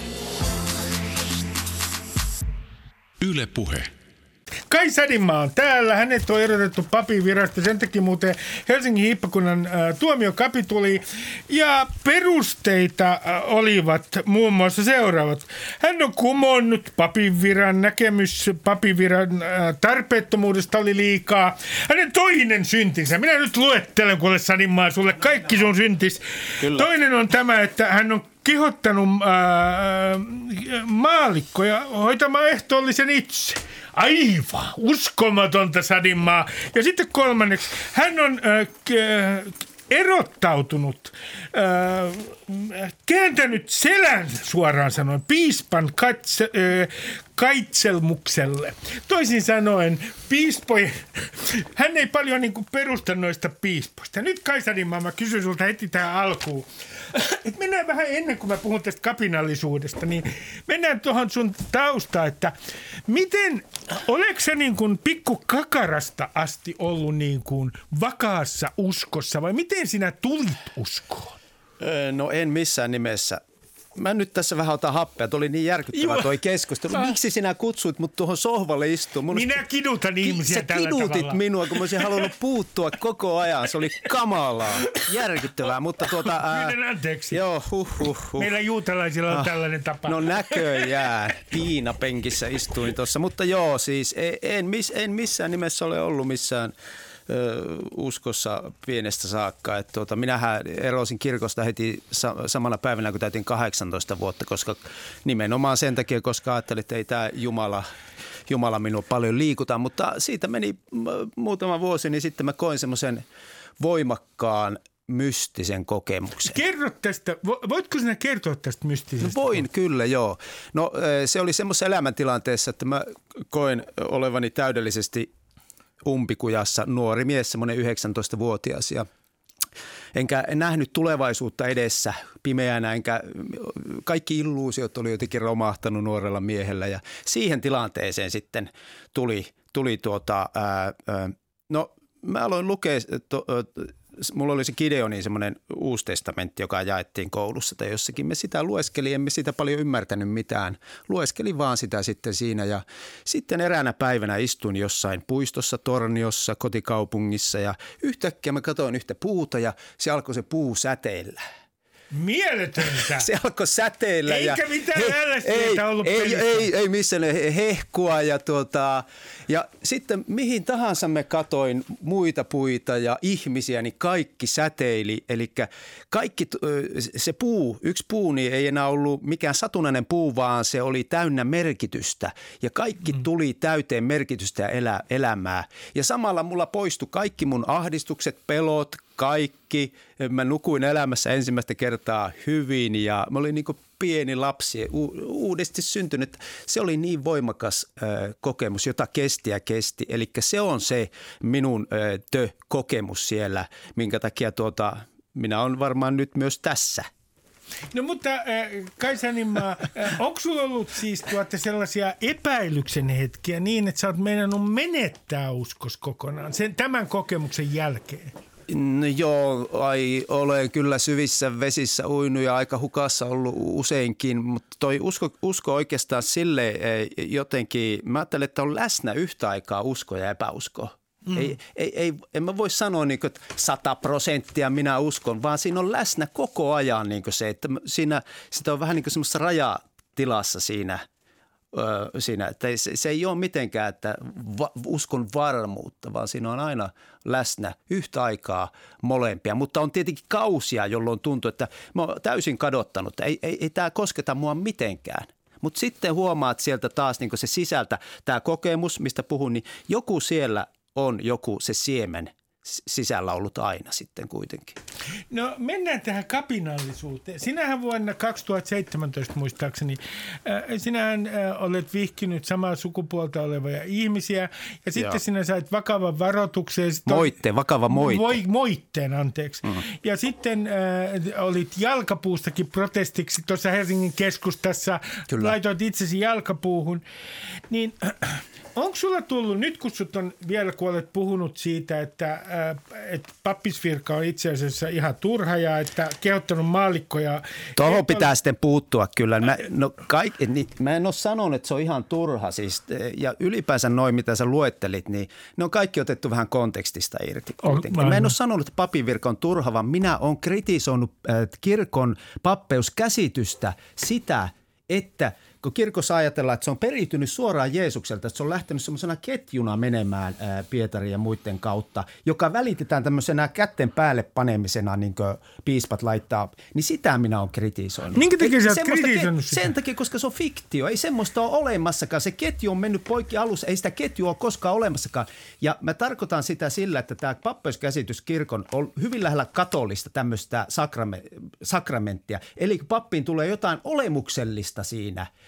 Yle Puhe. Kai Sadinmaa on täällä. Hänet on erotettu papin virasta. Sen takia muuten Helsingin hiippakunnan äh, tuomiokapituli. Ja perusteita äh, olivat muun muassa seuraavat. Hän on kumonnut papin viran. Näkemys papin viran äh, tarpeettomuudesta oli liikaa. Hänen toinen syntinsä. Minä nyt luettelen kuule Sadinmaa sulle kaikki sun syntis. Kyllä. Toinen on tämä, että hän on kehottanut ää, maallikkoja hoitamaan ehtoollisen itse. Aivan uskomatonta Sadinmaa. Ja sitten kolmanneksi, hän on ää, k- erottautunut, ää, kääntänyt selän suoraan sanoen piispan katse, ää, kaitselmukselle. Toisin sanoen, piispojen, hän ei paljon niin kuin perusta noista piispoista. Nyt Kaisaninmaa, mä kysyn sulta heti tähän alkuun. Et mennään vähän ennen kuin mä puhun tästä kapinallisuudesta, niin mennään tuohon sun taustaan, että miten, oletko sä niin kuin pikku kakarasta asti ollut niin kuin vakaassa uskossa vai miten sinä tulit uskoon? No en missään nimessä. Mä nyt tässä vähän otan happea. Tuo oli niin järkyttävä Joo. toi keskustelu. Miksi sinä kutsuit mut tuohon sohvalle istumaan? Minä kidutan ihmisiä Sä tällä kidutit tavalla. minua, kun mä olisin halunnut puuttua koko ajan. Se oli kamalaa, järkyttävää. Mutta tuota... Ää, Pyydän anteeksi. Joo, huh, huh, huh. Meillä juutalaisilla on ah, tällainen tapa. No näköjään. Piinapenkissä istuin tuossa. Mutta joo, siis en, miss, en missään nimessä ole ollut missään... uskossa pienestä saakka. Että tuota, minähän erosin kirkosta heti sa- samana päivänä, kun täytin kahdeksantoista vuotta, koska nimenomaan sen takia, koska ajattelin, että ei tämä Jumala, Jumala minua paljon liikuta, mutta siitä meni muutama vuosi, niin sitten mä koin semmoisen voimakkaan mystisen kokemuksen. Kerro tästä, voitko sinä kertoa tästä mystisestä? No voin, kyllä joo. No se oli semmoisessa elämäntilanteessa, että mä koin olevani täydellisesti umpikujassa nuori mies, semmoinen yhdeksäntoistavuotias ja enkä nähnyt tulevaisuutta edessä pimeänä, enkä kaikki illuusiot oli jotenkin romahtanut nuorella miehellä ja siihen tilanteeseen sitten tuli, tuli tuota, ää, ää, no mä aloin lukea, to, mulla oli se Gideonin semmoinen uusi testamentti, joka jaettiin koulussa tai jossakin. Me sitä lueskeli, emme sitä paljon ymmärtänyt mitään. Lueskelin vaan sitä sitten siinä ja sitten eräänä päivänä istuin jossain puistossa, Torniossa, kotikaupungissa ja yhtäkkiä mä katsoin yhtä puuta ja se alkoi se puu säteillä. Mieletöntä. Se alkoi säteillä. Eikä ja mitään he, L S D:tä ollut ei, pelissä. ei, ei, ei missään hehkua ja, tuota, ja sitten mihin tahansa me katoin muita puita ja ihmisiä, niin kaikki säteili. Eli kaikki se puu, yksi puu niin ei enää ollut mikään satunnainen puu, vaan se oli täynnä merkitystä ja kaikki mm. tuli täyteen merkitystä ja elä, elämää. Ja samalla mulla poistui kaikki mun ahdistukset, pelot, kaikki. Mä nukuin elämässä ensimmäistä kertaa hyvin ja mä olin niin kuin pieni lapsi, u- uudesti syntynyt. Se oli niin voimakas ö, kokemus, jota kesti ja kesti. Eli se on se minun ö, tö-kokemus siellä, minkä takia tuota, minä olen varmaan nyt myös tässä. No mutta äh, Kaisaninmaa, äh, onko sulla ollut siis tuotte sellaisia epäilyksen hetkiä niin, että sä oot meinannut menettää uskos kokonaan sen, tämän kokemuksen jälkeen? No joo, ai, olen kyllä syvissä vesissä uinut ja aika hukassa ollut useinkin, mutta toi usko, usko oikeastaan sille jotenkin, mä ajattelen, että on läsnä yhtä aikaa usko ja epäusko. Mm. Ei, ei, ei, en mä voi sanoa, niin kuin, että sata prosenttia minä uskon, vaan siinä on läsnä koko ajan niin kuin se, että siinä, sitä on vähän niin kuin semmoista rajatilassa siinä. Öö, siinä, että se, se ei ole mitenkään, että va, uskon varmuutta, vaan siinä on aina läsnä yhtä aikaa molempia. Mutta on tietenkin kausia, jolloin tuntuu, että mä oon täysin kadottanut, että ei, ei, ei tämä kosketa mua mitenkään. Mutta sitten huomaat sieltä taas niin se sisältä, tämä kokemus, mistä puhun, niin joku siellä on joku se siemen sisällä ollut aina sitten kuitenkin. No mennään tähän kapinallisuuteen. Sinähän vuonna kaksituhattaseitsemäntoista muistaakseni, äh, sinähän äh, olet vihkinyt samaa sukupuolta olevia ihmisiä ja sitten Joo. sinä sait vakavan varoituksen. Moitteen, vakava moite. Voi, moitteen, anteeksi. Mm. Ja sitten äh, olit jalkapuustakin protestiksi tuossa Helsingin keskustassa. Kyllä. Laitoit itsesi jalkapuuhun. Niin äh, onko sulla tullut, nyt kun sut on vielä, kun olet puhunut siitä, että että pappisvirka on itse asiassa ihan turha ja että kehottanut maallikkoja. Tuohon pitää ole... sitten puuttua kyllä. Mä, no kaik, niin, mä en ole sanonut, että se on ihan turha. Siis, ja ylipäänsä noin, mitä sä luettelit, niin ne on kaikki otettu vähän kontekstista irti. On, mä, mä en ole sanonut, että papinvirka on turha, vaan minä olen kritisoinut äh, kirkon pappeuskäsitystä sitä, että kun kirkossa ajatellaan, että se on periytynyt suoraan Jeesukselta, että se on lähtenyt semmoisena ketjuna menemään ää, Pietarin ja muiden kautta, joka välitetään tämmöisenä kätten päälle panemisena, niin kuin piispat laittaa, niin sitä minä olen kritisoinut. Minkä takia sä oot kritisoinut sitä? Sen takia, koska se on fiktio. Ei semmoista ole olemassakaan. Se ketju on mennyt poikki alussa. Ei sitä ketjua ole koskaan olemassakaan. Ja mä tarkoitan sitä sillä, että tämä pappeuskäsitys kirkon on hyvin lähellä katolista tämmöistä sakrame- sakramenttia. Eli pappiin tulee jotain olemuksellista siinä.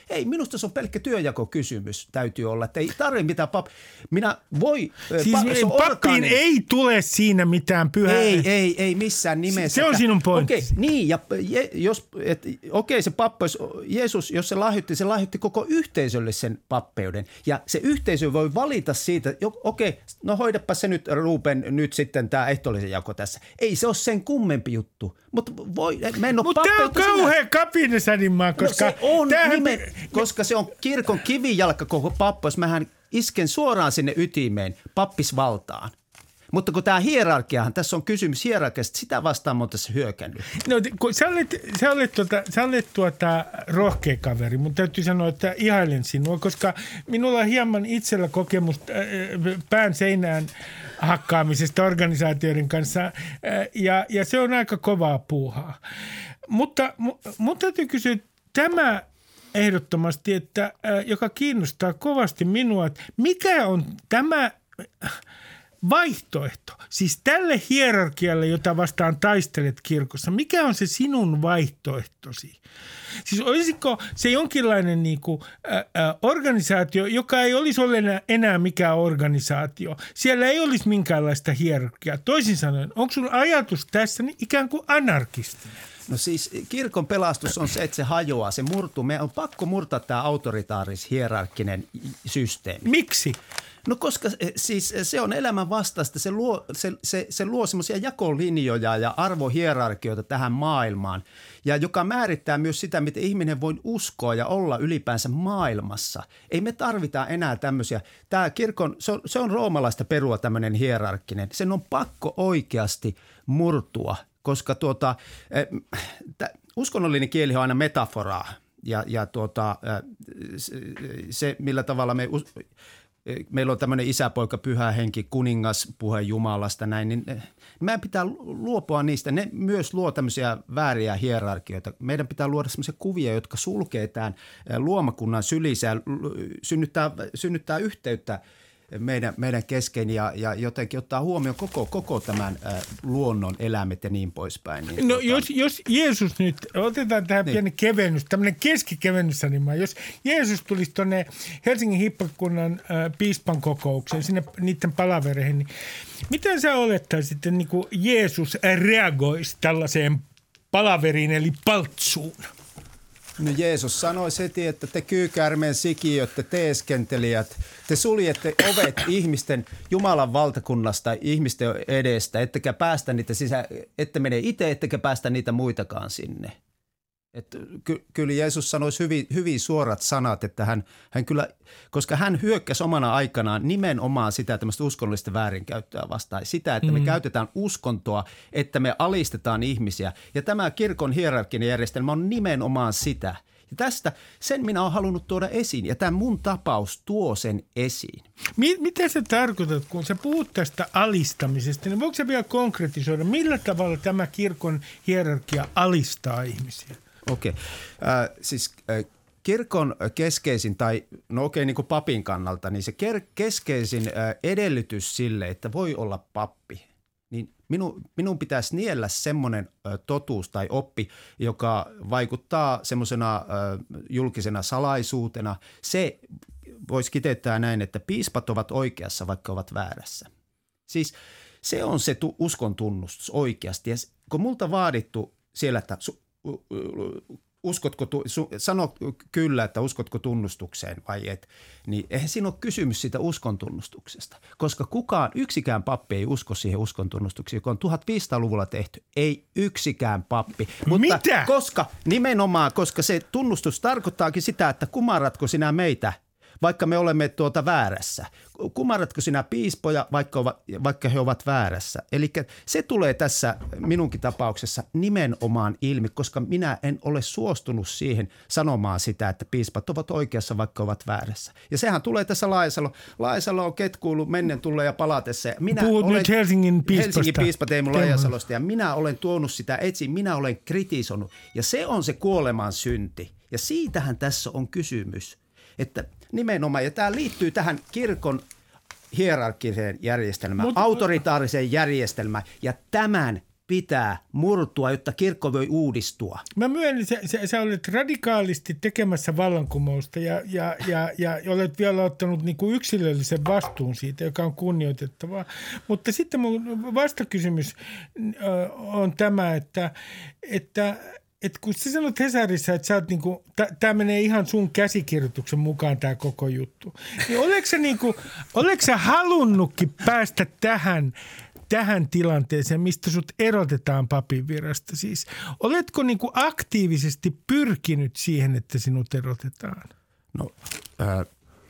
Ei, minusta se on pelkkä työnjakokysymys täytyy olla, että ei tarvitse mitään pap... Minä voi... Siis pa- pappiin ei tule siinä mitään pyhää. Ei, ei, ei missään nimessä. Se on sinun pointti. Okei, niin, ja je, jos, et, okei, se pappa, jos Jeesus, jos se lahjoitti, se lahjoitti koko yhteisölle sen pappeuden. Ja se yhteisö voi valita siitä, jo, okei, no hoidapa se nyt, Ruben, nyt sitten tämä ehtoollisen jako tässä. Ei se ole sen kummempi juttu. Mutta voi, mä en ole Mutta tämä on kauhean kapinasänimaa, koska... No se on tämähän... nimen, koska se on kirkon kivijalka koko pappaus. Mähän isken suoraan sinne ytimeen, pappisvaltaan. Mutta kun tämä hierarkiahan, tässä on kysymys hierarkiasta, sitä vastaan mä oon tässä hyökännyt. No kun sä olet, sä olet, tuota, sä olet tuota rohkea kaveri, mutta täytyy sanoa, että ihailen sinua, koska minulla on hieman itsellä kokemusta äh, pään seinään hakkaamisesta organisaatioiden kanssa äh, ja, ja se on aika kovaa puuhaa. Mutta mun täytyy kysyä tämä ehdottomasti, että, äh, joka kiinnostaa kovasti minua, että mikä on tämä... vaihtoehto, siis tälle hierarkialle, jota vastaan taistelet kirkossa, mikä on se sinun vaihtoehtosi? Siis olisiko se jonkinlainen niin kuin, ä, ä, organisaatio, joka ei olisi enää, enää mikään organisaatio. Siellä ei olisi minkäänlaista hierarkiaa. Toisin sanoen, onko sun ajatus tässä niin ikään kuin anarkistinen? No siis kirkon pelastus on se, että se hajoaa, se murtuu. Meidän on pakko murtaa tämä autoritaaris-hierarkkinen systeemi. Miksi? No koska siis se on elämän vastaista, se luo, se, se, se luo semmoisia jakolinjoja ja arvohierarkioita tähän maailmaan, ja joka määrittää myös sitä, miten ihminen voi uskoa ja olla ylipäänsä maailmassa. Ei me tarvita enää tämmöisiä, tämä kirkon, se on, se on roomalaista perua tämmöinen hierarkkinen, sen on pakko oikeasti murtua, koska tuota, äh, uskonnollinen kieli on aina metaforaa ja, ja tuota, äh, se millä tavalla me... Meillä on tämmöinen isäpoika, pyhä henki, kuningas, puhe Jumalasta, näin, niin meidän pitää luopua niistä. Ne myös luo tämmöisiä vääriä hierarkioita. Meidän pitää luoda semmoisia kuvia, jotka sulkee tämän luomakunnan sylissä ja synnyttää, synnyttää yhteyttä meidän, meidän kesken ja, ja jotenkin ottaa huomioon koko, koko tämän äh, luonnon eläimet ja niin poispäin. Niin no tuota... jos, jos Jeesus nyt, otetaan tähän niin. pieni kevennys, tämmöinen keskikevennys, niin jos Jeesus tulisi tuonne Helsingin hiippakunnan äh, piispan kokoukseen, sinne niiden palavereihin, niin miten sä olettaisit, että niin kuin Jeesus reagoisi tällaiseen palaveriin eli paltsuun? No Jeesus sanoi heti, että te kyykäärmeen sikiöt, te teeskentelijät, te suljette ovet ihmisten Jumalan valtakunnasta, ihmisten edestä, ettekä päästä niitä sisään, ette mene itse, ettekä päästä niitä muitakaan sinne. Että ky- kyllä Jeesus sanoisi hyvin, hyvin suorat sanat, että hän, hän kyllä, koska hän hyökkäsi omana aikanaan nimenomaan sitä tämmöistä uskonnollista väärinkäyttöä vastaan. Sitä, että me mm. käytetään uskontoa, että me alistetaan ihmisiä. Ja tämä kirkon hierarkkinen järjestelmä on nimenomaan sitä. Ja tästä sen minä olen halunnut tuoda esiin ja tämä mun tapaus tuo sen esiin. Mitä sä tarkoitat, kun sä puhut tästä alistamisesta, niin voiko sä vielä konkretisoida, millä tavalla tämä kirkon hierarkia alistaa ihmisiä? Okei, äh, siis äh, kirkon keskeisin tai no okei niin kuin papin kannalta, niin se ker- keskeisin äh, edellytys sille, että voi olla pappi, niin minun, minun pitäisi niellä semmoinen äh, totuus tai oppi, joka vaikuttaa semmoisena äh, julkisena salaisuutena. Se voisi kiteyttää näin, että piispat ovat oikeassa, vaikka ovat väärässä. Siis se on se tu- uskon tunnustus oikeasti ja kun multa vaadittu siellä, että su- uskotko, tu- su- sano kyllä, että uskotko tunnustukseen vai et, niin eihän siinä ole kysymys siitä uskon tunnustuksesta, koska kukaan, yksikään pappi ei usko siihen uskon tunnustukseen, joka on tuhatviisisataaluvulla tehty, ei yksikään pappi. Mutta mitä? Koska nimenomaan, koska se tunnustus tarkoittaakin sitä, että kumarratko sinä meitä, vaikka me olemme tuota väärässä. Kumarratko sinä piispoja, vaikka, ovat, vaikka he ovat väärässä? Eli se tulee tässä minunkin tapauksessa nimenomaan ilmi, koska minä en ole suostunut siihen sanomaan sitä, että piispat ovat oikeassa, vaikka ovat väärässä. Ja sehän tulee tässä Laajasalo. Laajasalo on ketkuilu mennen tulleen ja palatessa. Minä Puhut olen, nyt Helsingin piispasta. Helsingin piispa Teemu Laajasalosta ja minä olen tuonut sitä esiin, minä olen kritisoinut. Ja se on se kuoleman synti. Ja siitähän tässä on kysymys, että nimenomaan, ja tämä liittyy tähän kirkon hierarkkiseen järjestelmään, Mut, autoritaariseen järjestelmään, ja tämän pitää murtua, jotta kirkko voi uudistua. Mä myönnän, sä, sä, sä olet radikaalisti tekemässä vallankumousta ja, ja, ja, ja olet vielä ottanut niin kuin yksilöllisen vastuun siitä, joka on kunnioitettavaa. Mutta sitten mun vastakysymys on tämä, että, että että kun sä sanot Hesarissa, että sä oot niinku, tää menee ihan sun käsikirjoituksen mukaan tää koko juttu, niin oletko sä, niinku, oletko sä halunnutkin päästä tähän, tähän tilanteeseen, mistä sut erotetaan papin virasta? Siis oletko niinku aktiivisesti pyrkinyt siihen, että sinut erotetaan? No äh,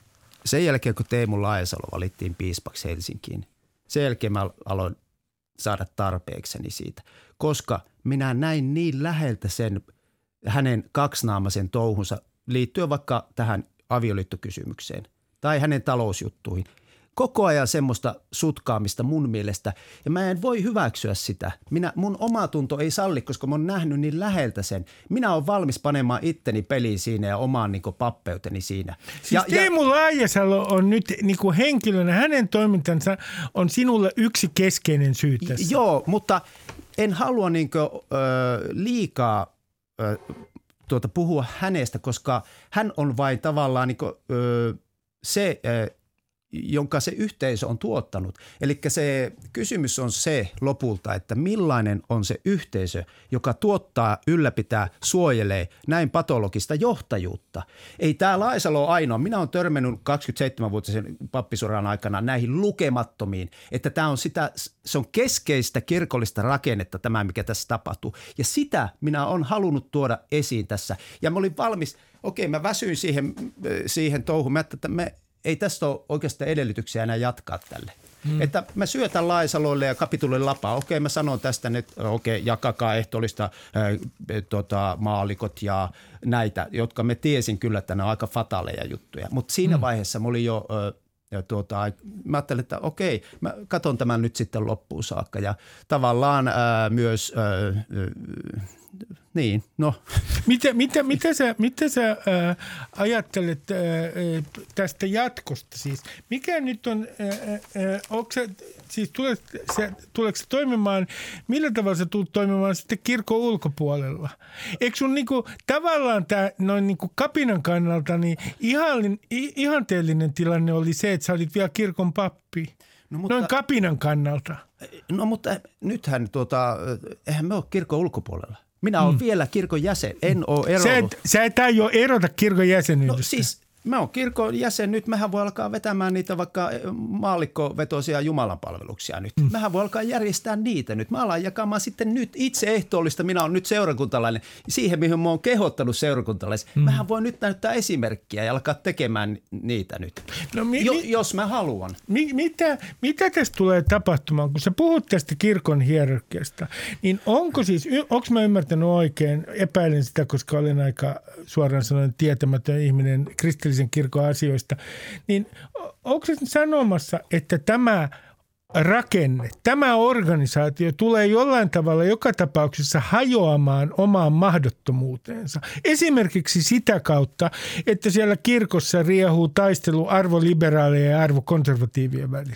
sen jälkeen, kun Teemu Laajasalo valittiin piispaksi Helsinkiin, sen jälkeen mä aloin saada tarpeekseni siitä, koska minä näin niin läheltä sen hänen kaksinaamaisen touhunsa liittyen vaikka tähän avioliittokysymykseen tai hänen talousjuttuihin. Koko ajan semmoista sutkaamista mun mielestä ja mä en voi hyväksyä sitä. Minä, mun omatunto ei salli, koska mä oon nähnyt niin läheltä sen. Minä oon valmis panemaan itteni peliin siinä ja omaan niin kuin pappeuteni siinä. Siis ja, Teemu ja, Laajasalo on nyt niin kuin henkilönä, hänen toimintansa on sinulle yksi keskeinen syy tässä. Joo, mutta en halua niin kuin, ö, liikaa ö, tuota, puhua hänestä, koska hän on vain tavallaan niin kuin, ö, se, ö, jonka se yhteisö on tuottanut. Eli se kysymys on se lopulta, että millainen on se yhteisö, joka tuottaa, ylläpitää, suojelee näin patologista johtajuutta. Ei tämä Laajasalo ole ainoa. Minä olen törmännyt kaksikymmentäseitsemänvuotisen pappisuran aikana näihin lukemattomiin, että tämä on sitä, se on keskeistä kirkollista rakennetta tämä, mikä tässä tapahtuu. Ja sitä minä olen halunnut tuoda esiin tässä. Ja mä olin valmis, okei mä väsyin siihen, siihen touhuun, mä, että me ei tästä ole oikeastaan edellytyksiä enää jatkaa tälle. Hmm. Että mä syötän Laajasalolle ja Kapitulle lapaa. Okei, mä sanon tästä nyt, okei, jakakaa ehtoollista äh, tota, maalikot ja näitä, jotka me tiesin kyllä, että ne on aika fataaleja juttuja. Mutta siinä hmm. vaiheessa mä olin jo, äh, ja tuota, mä ajattelin, että okei, mä katson tämän nyt sitten loppuun saakka. Ja tavallaan äh, myös... Äh, äh, Niin, no. Mitä, mitä, mitä sä, mitä sä ää, ajattelet ää, tästä jatkosta siis? Mikä nyt on, ää, onko sä, siis tuleeko sä, tuleeko sä toimimaan, millä tavalla sä tulet toimimaan sitten kirkon ulkopuolella? Eikö sun niinku, tavallaan tämä noin niinku kapinan kannalta niin ihan, ihanteellinen tilanne oli se, että sä olit vielä kirkon pappi? No, mutta, noin kapinan kannalta. No mutta nythän tuota, eihän me ole kirkon ulkopuolella. Minä olen mm. vielä kirkon jäsen, en ole eronnut. Sä et, sä et aio erota kirkon jäsenyydestä. No siis mä oon kirkon jäsen nyt, mähän voi alkaa vetämään niitä vaikka maallikkovetoisia jumalanpalveluksia nyt. Mm. Mähän voi alkaa järjestää niitä nyt. Mä alan jakamaan sitten nyt itse ehtoollista, minä olen nyt seurakuntalainen, siihen mihin mä oon kehottanut seurakuntalaisen. Mm. Mähän voin nyt näyttää esimerkkiä ja alkaa tekemään niitä nyt, no, mi- jo, mi- jos mä haluan. Mi- mitä, mitä tästä tulee tapahtumaan, kun sä puhut tästä kirkon hierarkiasta, niin onko siis, onko mä ymmärtänyt oikein, epäilen sitä, koska olen aika suoraan sanoen tietämätön ihminen kristillisen kirkon asioista, niin onko se sanomassa, että tämä rakenne, tämä organisaatio tulee jollain tavalla joka tapauksessa hajoamaan omaan mahdottomuuteensa? Esimerkiksi sitä kautta, että siellä kirkossa riehuu taistelu arvoliberaaleja ja arvokonservatiivien välillä.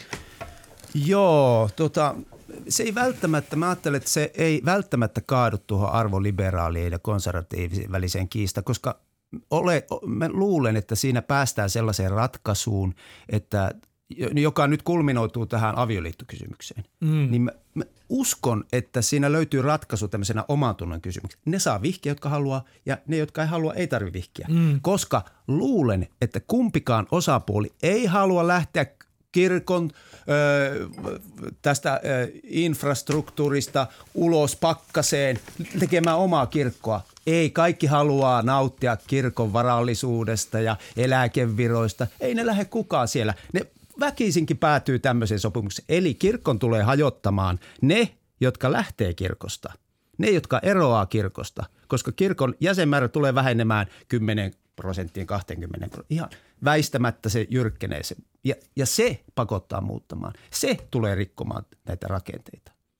Joo, tota, se ei välttämättä, mä ajattelen, että se ei välttämättä kaadu tuohon arvoliberaalien ja konservatiivisen väliseen kiistaan, koska ole, mä luulen, että siinä päästään sellaiseen ratkaisuun, että joka nyt kulminoituu tähän avioliittokysymykseen, mm. niin mä, mä uskon, että siinä löytyy ratkaisu tämmöisenä omantunnon kysymykseen. Ne saa vihkiä, jotka haluaa, ja ne, jotka ei halua, ei tarvitse vihkiä. Mm. Koska luulen, että kumpikaan osapuoli ei halua lähteä kirkon ö, tästä ö, infrastruktuurista ulos pakkaseen tekemään omaa kirkkoa. Ei, kaikki haluaa nauttia kirkon varallisuudesta ja eläkeviroista. Ei ne lähde kukaan siellä. Ne väkisinkin päätyy tämmöiseen sopimukseen. Eli kirkon tulee hajottamaan ne, jotka lähtee kirkosta. Ne, jotka eroaa kirkosta, koska kirkon jäsenmäärä tulee vähenemään kymmenen prosenttiin, kaksikymmentä prosenttiin. Ihan väistämättä se jyrkkenee se. Ja, ja se pakottaa muuttamaan. Se tulee rikkomaan näitä rakenteita.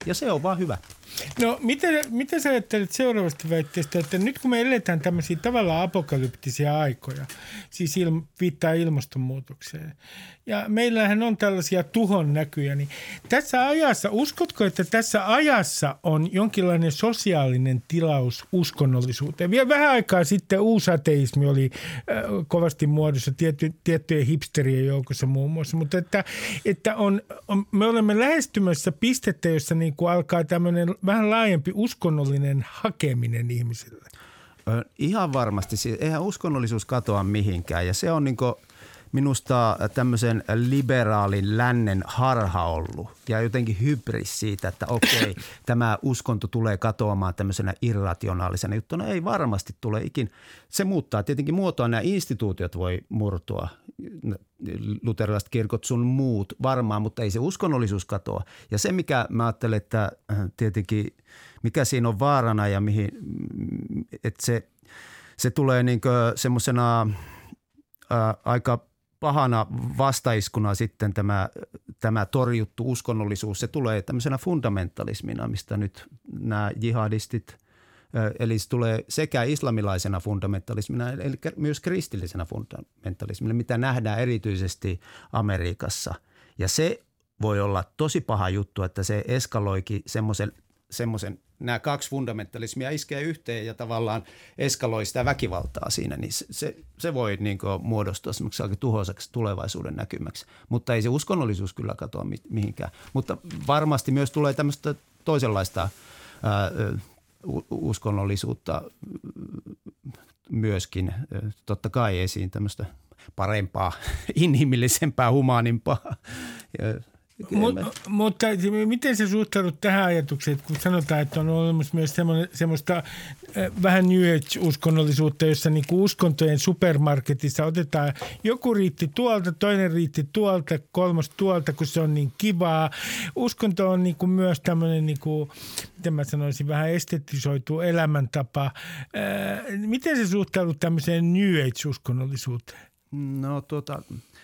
Ja se on vaan hyvä. No, mitä, mitä sä ajattelet seuraavasta väitteestä, että nyt kun me eletään tämmöisiä tavallaan apokalyptisia aikoja, siis il, viittaa ilmastonmuutokseen, ja meillähän on tällaisia tuhon näkyjä, niin tässä ajassa, uskotko, että tässä ajassa on jonkinlainen sosiaalinen tilaus uskonnollisuuteen? Vielä vähän aikaa sitten uusateismi oli äh, kovasti muodossa tietty, tiettyjen hipsterien joukossa muun muassa, mutta että, että on, on, me olemme lähestymässä pistettä, jossa niin kuin alkaa tämmöinen vähän laajempi uskonnollinen hakeminen ihmisille. Ihan varmasti. Eihän uskonnollisuus katoa mihinkään ja se on niin kuin minusta tämmöisen liberaalin lännen harha ollut ja jotenkin hybris siitä, että okei, tämä uskonto tulee katoamaan tämmöisenä irrationaalisena juttuna. Ei varmasti tule ikin. Se muuttaa tietenkin muotoa. Nämä instituutiot voi murtua, luterilaiset kirkot sun muut varmaan, mutta ei se uskonnollisuus katoa. Ja se, mikä mä ajattelen, että tietenkin mikä siinä on vaarana ja mihin, että se, se tulee niin kuin semmoisena ää, aika pahana vastaiskuna sitten tämä, tämä torjuttu uskonnollisuus. Se tulee tämmöisenä fundamentalismina, mistä nyt nämä jihadistit, eli se tulee sekä islamilaisena fundamentalismina, eli myös kristillisenä fundamentalismina, mitä nähdään erityisesti Amerikassa. Ja se voi olla tosi paha juttu, että se eskaloikin semmoisen, semmoisen nämä kaksi fundamentalismia iskee yhteen ja tavallaan eskaloi sitä väkivaltaa siinä, niin se, se, se voi niin kuin muodostua semmoiksi tuhoisaksi tulevaisuuden näkymäksi. Mutta ei se uskonnollisuus kyllä katoa mihinkään. Mutta varmasti myös tulee tämmöistä toisenlaista ää, uskonnollisuutta myöskin totta kai esiin tämmöistä parempaa, inhimillisempää, humaanimpaa. Mut, mutta miten sä suhtaudut tähän ajatukseen, kun sanotaan, että on olemassa myös semmoista vähän New Age-uskonnollisuutta, jossa niinku uskontojen supermarketissa otetaan joku riitti tuolta, toinen riitti tuolta, kolmas tuolta, kun se on niin kivaa. Uskonto on niinku myös tämmöinen, niinku, miten mä sanoisin, vähän estetisoitu elämäntapa. Ää, miten sä suhtaudut tämmöiseen New Age-uskonnollisuuteen? No tuota...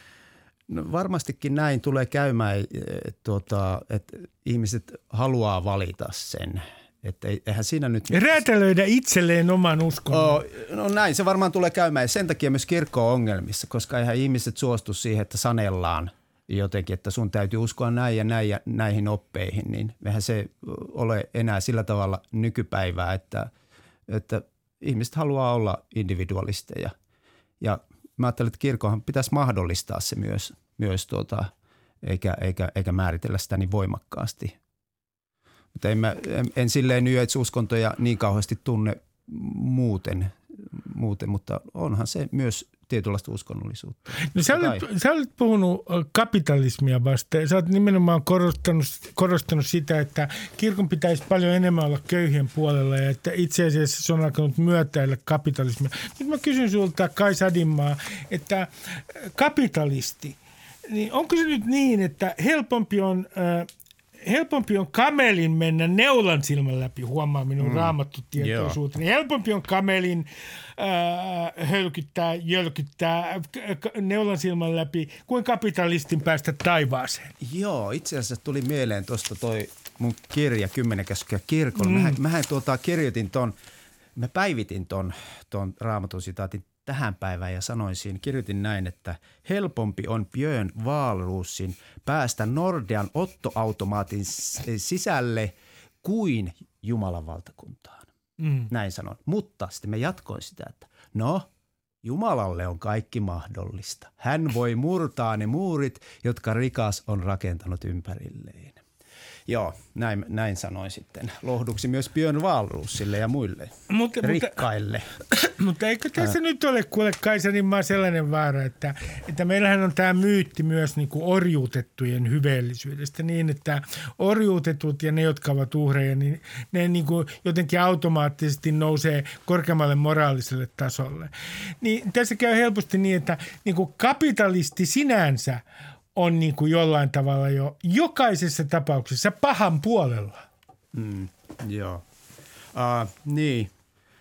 No varmastikin näin tulee käymään, tuota, että ihmiset haluaa valita sen. Että eihän siinä nyt... Räätälöidä itselleen oman uskonnon. Oh, no näin, se varmaan tulee käymään. Ja sen takia myös kirkko on ongelmissa, koska eihän ihmiset suostu siihen, että sanellaan jotenkin, että sun täytyy uskoa näin ja näin ja näihin oppeihin. Niin eihän se ole enää sillä tavalla nykypäivää, että, että ihmiset haluaa olla individualisteja. Ja mä ajattelen, että kirkkohan pitäisi mahdollistaa se myös, myös tuota, eikä, eikä, eikä määritellä sitä niin voimakkaasti. Mutta en, mä, en, en silleen New Age-uskontoja niin kauheasti tunne muuten, muuten, mutta onhan se myös tietynlaista uskonnollisuutta. No sä olet, sä olet puhunut kapitalismia vastaan. Sä olet nimenomaan korostanut, korostanut sitä, että kirkon pitäisi paljon enemmän olla köyhien puolella ja että itse asiassa se on alkanut myötäillä kapitalismia. Nyt mä kysyn sulta, Kai Sadinmaa, että kapitalisti, niin onko se nyt niin, että helpompi on... Äh, Helpompi on kamelin mennä neulan silmän läpi, huomaa minun mm. raamattutietoisuuteni. Helpompi on kamelin äh, hölkyttää, jölkyttää neulan silmän läpi kuin kapitalistin päästä taivaaseen. Joo, itse asiassa tuli mieleen tuosta toi mun kirja Kymmenen käskyä kirkolla. Mm. Mähän, mähän tuota, kirjoitin ton, mä päivitin ton, ton raamatun sitaatin tähän päivään ja sanoin siinä, kirjoitin näin, että helpompi on Björn Wahlroosin päästä Nordean ottoautomaatin sisälle kuin Jumalan valtakuntaan. Mm. Näin sanon. Mutta sitten mä jatkoin sitä, että no, Jumalalle on kaikki mahdollista. Hän voi murtaa ne muurit, jotka rikas on rakentanut ympärilleen. Joo, näin, näin sanoin sitten. Lohduksi myös Björn Wahlroosille ja muille mutta, rikkaille. Mutta, mutta eikö tässä Ää. nyt ole, kuule Kai Sadinmaa, sellainen vaara, että, että meillähän on tämä myytti myös niin kuin orjuutettujen hyveellisyydestä niin, että orjuutetut ja ne, jotka ovat uhreja, niin ne niin kuin jotenkin automaattisesti nousee korkeammalle moraaliselle tasolle. Niin tässä käy helposti niin, että niin kuin kapitalisti sinänsä on niin kuin jollain tavalla jo jokaisessa tapauksessa pahan puolella. Mm, joo. Uh, niin.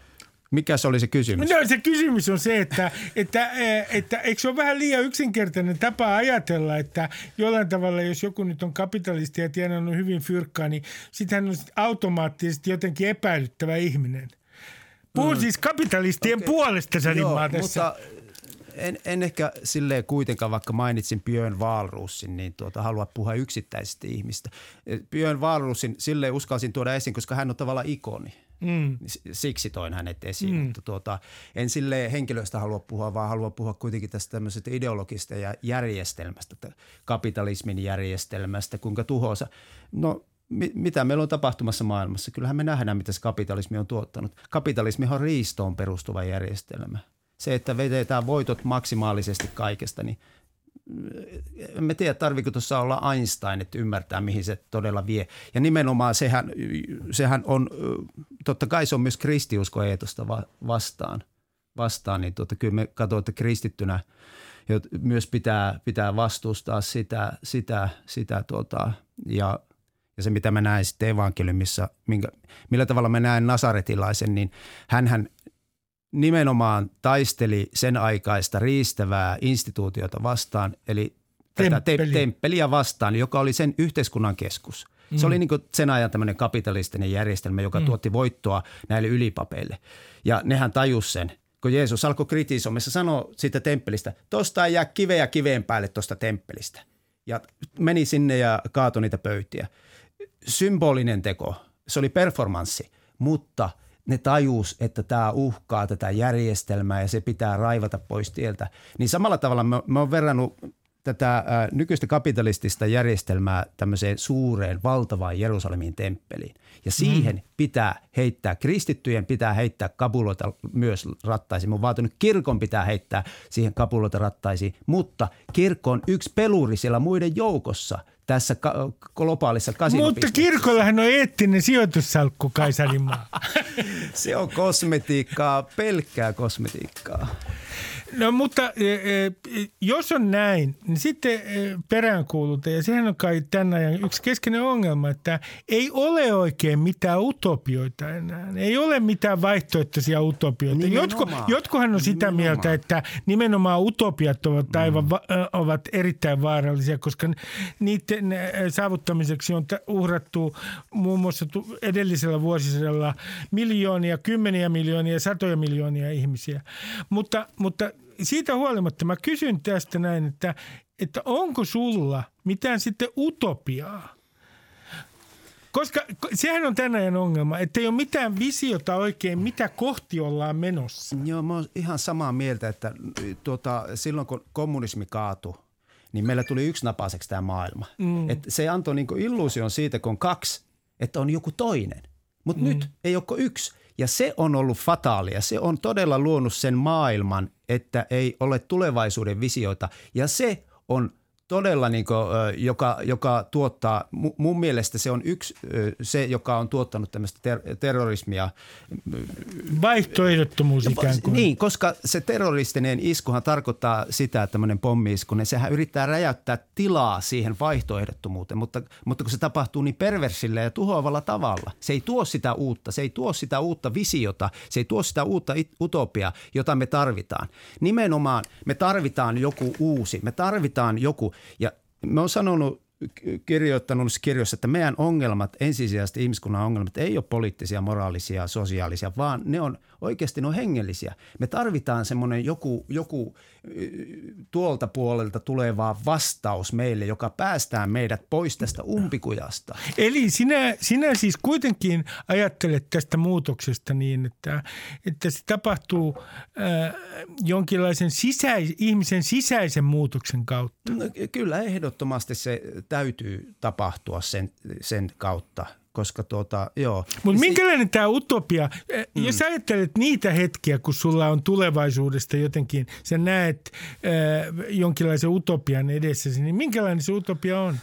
Mikä se oli se kysymys? No se kysymys on se, että, että, että eikö se ole vähän liian yksinkertainen tapa ajatella, että jollain tavalla, jos joku nyt on kapitalisti ja tienannut hyvin fyrkkaa, niin sitten hän on automaattisesti jotenkin epäilyttävä ihminen. Puhun mm. siis kapitalistien okay. puolesta, Sarimaa tässä. Mutta en, en ehkä silleen kuitenkaan, vaikka mainitsin Björn Wahlroosin, niin tuota, halua puhua yksittäisistä ihmistä. Björn Wahlroosin silleen uskalsin tuoda esiin, koska hän on tavallaan ikoni. Mm. Siksi toin hänet esiin, mm. mutta tuota, en silleen henkilöstä halua puhua, vaan haluan puhua kuitenkin tästä tämmöisestä ideologista ja järjestelmästä, kapitalismin järjestelmästä, kuinka tuhoisa. No mi- mitä meillä on tapahtumassa maailmassa? Kyllähän me nähdään, mitä se kapitalismi on tuottanut. Kapitalismi on riistoon perustuva järjestelmä. Se, että vedetään voitot maksimaalisesti kaikesta, niin emme tiedä, tarviko tuossa olla Einstein, että ymmärtää, mihin se todella vie. Ja nimenomaan sehän, sehän on, totta kai se on myös kristiuskoeetosta vastaan, vastaan niin tuota, kyllä me katsotaan, että kristittynä myös pitää, pitää vastustaa sitä, sitä, sitä tuota, ja, ja se, mitä mä näen sitten evankeliumissa, minkä, millä tavalla mä näen nasaretilaisen, niin hänhän nimenomaan taisteli sen aikaista riistävää instituutiota vastaan, eli tätä Temppeli. te- temppeliä vastaan, joka oli sen yhteiskunnan keskus. Mm. Se oli niin kuin sen ajan tämmöinen kapitalistinen järjestelmä, joka mm. tuotti voittoa näille ylipapeille. Ja nehän tajus sen, kun Jeesus alkoi kritisoimassa sanoa siitä temppelistä, tosta ei jää kiveä kiveen päälle tuosta temppelistä. Ja meni sinne ja kaatoi niitä pöytiä. Symbolinen teko, se oli performanssi, mutta ne tajus, että tämä uhkaa tätä järjestelmää ja se pitää raivata pois tieltä. Niin samalla tavalla mä, mä oon verrannut tätä ää, nykyistä kapitalistista järjestelmää tämmöiseen suureen, valtavaan Jerusalemin temppeliin. Ja siihen mm. pitää heittää, kristittyjen pitää heittää kapuloita myös rattaisiin. Mä oon vaatinut, kirkon pitää heittää siihen kapuloita rattaisiin, mutta kirkko on yksi peluri siellä muiden joukossa tässä ka- globaalissa kasinopisteessä. Mutta kirkollahan on eettinen sijoitussalkku, Kai Sarimaa. Se on kosmetiikkaa, pelkkää kosmetiikkaa. No mutta jos on näin, niin sitten peräänkuulutaan, ja sehän on kai tämän ajan yksi keskeinen ongelma, että ei ole oikein mitään utopioita enää. Ei ole mitään vaihtoehtoisia utopioita. Jotku, jotkuhan on sitä nimenomaan mieltä, että nimenomaan utopiat ovat, aivan, mm. ovat erittäin vaarallisia, koska niiden saavuttamiseksi on uhrattu muun muassa edellisellä vuosisadalla miljoonia, kymmeniä miljoonia, satoja miljoonia ihmisiä. Mutta, mutta siitä huolimatta mä kysyn tästä näin, että, että onko sulla mitään sitten utopiaa? Koska sehän on tämän ajan ongelma, että ei ole mitään visiota oikein, mitä kohti ollaan menossa. Joo, mä oon ihan samaa mieltä, että tuota, silloin kun kommunismi kaatui, niin meillä tuli yksinapaseksi tämä maailma. Mm. Et se antoi niinku illuusion siitä, kun on kaksi, että on joku toinen. Mutta mm. nyt ei ole kuin yksi. Ja se on ollut fataalia. Se on todella luonut sen maailman, että ei ole tulevaisuuden visioita. Ja se on todella, niin kuin, joka, joka tuottaa, mun mielestä se on yksi se, joka on tuottanut tämmöistä ter- terrorismia. Vaihtoehdottomuus ikään kuin. Niin, koska se terroristinen iskuhan tarkoittaa sitä, että tämmöinen pommi-isku, niin sehän yrittää räjäyttää tilaa siihen vaihtoehdottomuuteen, mutta, mutta kun se tapahtuu niin perversillä ja tuhoavalla tavalla, se ei tuo sitä uutta, se ei tuo sitä uutta visiota, se ei tuo sitä uutta utopiaa, jota me tarvitaan. Nimenomaan me tarvitaan joku uusi, me tarvitaan joku. Ja mä oon sanonut, kirjoittanut kirjoissa, että meidän ongelmat, ensisijaisesti ihmiskunnan ongelmat, ei ole poliittisia, moraalisia, sosiaalisia, vaan ne on oikeasti ne on hengellisiä. Me tarvitaan semmoinen joku, joku tuolta puolelta tuleva vastaus meille, joka päästää meidät pois tästä umpikujasta. Eli sinä, sinä siis kuitenkin ajattelet tästä muutoksesta niin, että, että se tapahtuu äh, jonkinlaisen sisäis, ihmisen sisäisen muutoksen kautta. No, kyllä ehdottomasti se täytyy tapahtua sen, sen kautta. Koska tuota, joo. Mutta minkälainen tämä utopia, mm. jos ajattelet niitä hetkiä, kun sulla on tulevaisuudesta jotenkin, sä näet äh, jonkinlaisen utopian edessäsi, niin minkälainen se utopia on?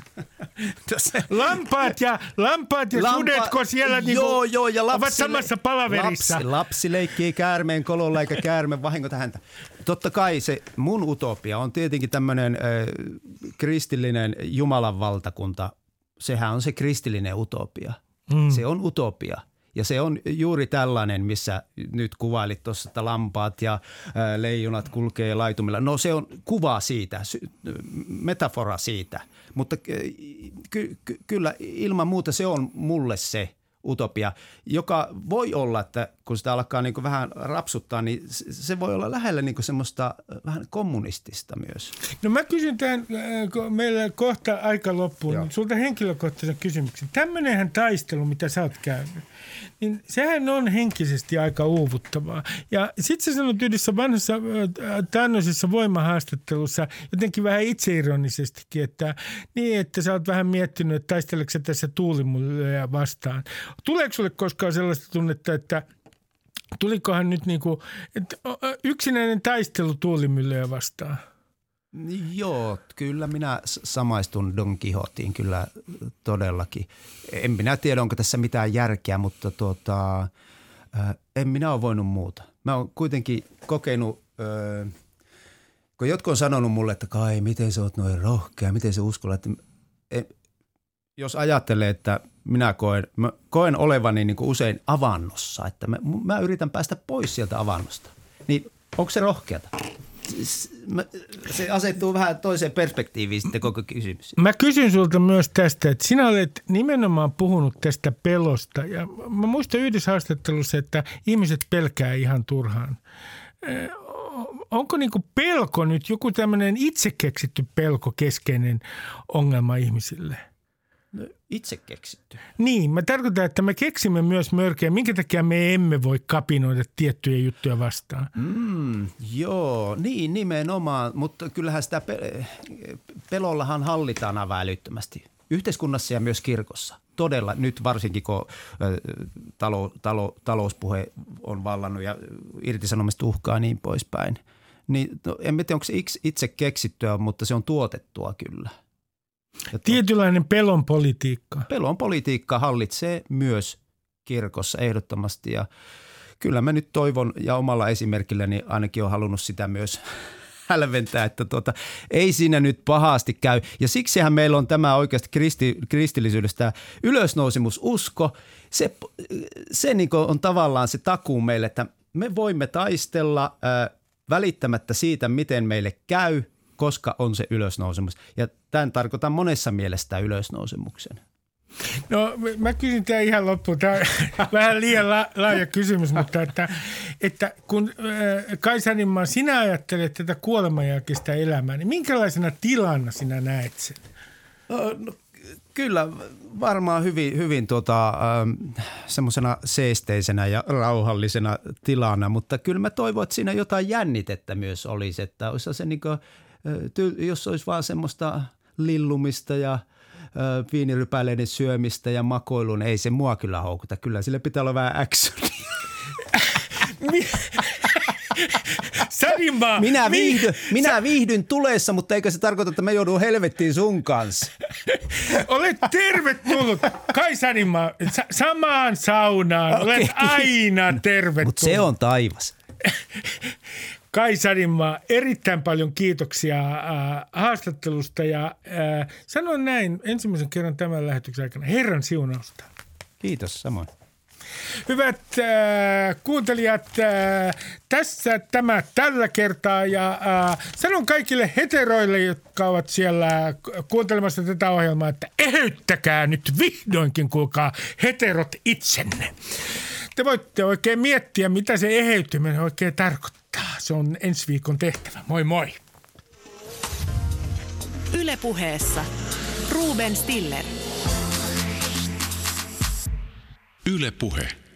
Lampaat ja, lampaat ja Lampa, sudetko siellä niinku joo, joo, ja lapsi, ovat samassa palaverissa? Lapsi, lapsi leikkii käärmeen kololla eikä käärme vahingot häntä. Totta kai se mun utopia on tietenkin tämmöinen äh, kristillinen Jumalan valtakunta. Sehän on se kristillinen utopia. Mm. Se on utopia. Ja se on juuri tällainen, missä nyt kuvailit tuossa, että lampaat ja ää, leijonat kulkee laitumilla. No se on kuva siitä, metafora siitä, mutta ky- ky- kyllä ilman muuta se on mulle se utopia, joka voi olla, että kun sitä alkaa niin kuin vähän rapsuttaa, niin se voi olla lähellä niin kuin semmoista vähän kommunistista myös. No mä kysyn tämän, kun meillä kohta aika loppuun, niin sulta henkilökohtaisen kysymyksen. Tämmöinenhän taistelu, mitä sä oot käynyt, niin sehän on henkisesti aika uuvuttavaa. Ja sit sä sanot yhdessä vanhassa taannoisessa voimahaastattelussa jotenkin vähän itseironisestikin, että niin, että sä oot vähän miettinyt, että taisteleeko sä tässä tuulimyllyjä vastaan. Tuleeko sulle koskaan sellaista tunnetta, että tulikohan nyt niin kuin, että yksinäinen taistelu tuulimyllyjä vastaan? Joo, kyllä minä samaistun Don Quixoteen kyllä todellakin. En minä tiedä, onko tässä mitään järkeä, mutta tuota, äh, en minä ole voinut muuta. Mä oon kuitenkin kokenut, äh, kun jotkut on sanonut mulle, että kai miten sä oot noin rohkea, miten sä uskalla, että en, jos ajattelee, että minä koen, mä koen olevani niin kuin usein avannossa, että mä, mä yritän päästä pois sieltä avannosta, niin onko se rohkeata? Se asettuu vähän toiseen perspektiiviin sitten koko kysymys. Mä kysyn sulta myös tästä, että sinä olet nimenomaan puhunut tästä pelosta. Ja mä muistan yhdessä haastattelussa, että ihmiset pelkää ihan turhaan. Onko niinku pelko nyt joku tämmöinen itse keksitty pelko keskeinen ongelma ihmisille? No, itse keksitty. Niin, mä tarkoitan, että me keksimme myös mörköjä. Minkä takia me emme voi kapinoida tiettyjä juttuja vastaan? Mm, joo, niin nimenomaan, mutta kyllähän sitä pe- pelollahan hallitaan aivan älyttömästi. Yhteiskunnassa ja myös kirkossa. Todella, nyt varsinkin kun talo, talo, talouspuhe on vallannut ja irtisanomista uhkaa ja niin poispäin. Niin, no, en tiedä, onko se itse keksittyä, mutta se on tuotettua kyllä. Tietynlainen pelon politiikka. Pelon politiikka hallitsee myös kirkossa ehdottomasti ja kyllä mä nyt toivon ja omalla esimerkilläni ainakin olen halunnut sitä myös hälventää, että tuota, ei siinä nyt pahasti käy. Ja siksihän meillä on tämä oikeasti kristi, kristillisyydestä ylösnousemususko. Se, se niin kuin on tavallaan se takuu meille, että me voimme taistella äh, välittämättä siitä, miten meille käy, koska on se ylösnousemus. Ja tämän tarkoitan monessa mielessä ylösnousemuksen. No mä kysyn tämä ihan loppuun. Tämä on vähän liian la- laaja kysymys, mutta että, että kun äh, Kaisa-Nimma, sinä ajattelet tätä kuolemanjälkeistä elämää, niin minkälaisena tilana sinä näet sen? No, kyllä varmaan hyvin, hyvin tuota, äh, semmoisena seesteisenä ja rauhallisena tilana, mutta kyllä mä toivon, että siinä jotain jännitettä myös olisi, että olisi se niin kuin, jos olisi vaan semmoista lillumista ja viinirypäleiden syömistä ja makoilun, ei se mua kyllä houkuta. Kyllä sille pitää olla vähän actionia. Sanimaa! Minä, viihdyn, minä viihdyn tulessa, mutta eikä se tarkoita, että me joudun helvettiin sun kanssa. Olet tervetullut, Kaisa-Nimma, sa- samaan saunaan. Okay. Olet aina tervetullut. Mutta se on taivas. Kaisa-Nimma, erittäin paljon kiitoksia äh, haastattelusta ja äh, sanon näin ensimmäisen kerran tämän lähetyksen aikana. Herran siunausta. Kiitos, samoin. Hyvät äh, kuuntelijat, äh, tässä tämä tällä kertaa ja äh, sanon kaikille heteroille, jotka ovat siellä kuuntelemassa tätä ohjelmaa, että eheyttäkää nyt vihdoinkin, kuulkaa heterot itsenne. Te voitte oikein miettiä, mitä se eheytyminen oikein tarkoittaa. Se on ensi viikon tehtävä. Moi moi! Yle Puheessa Ruben Stiller. Yle Puhe.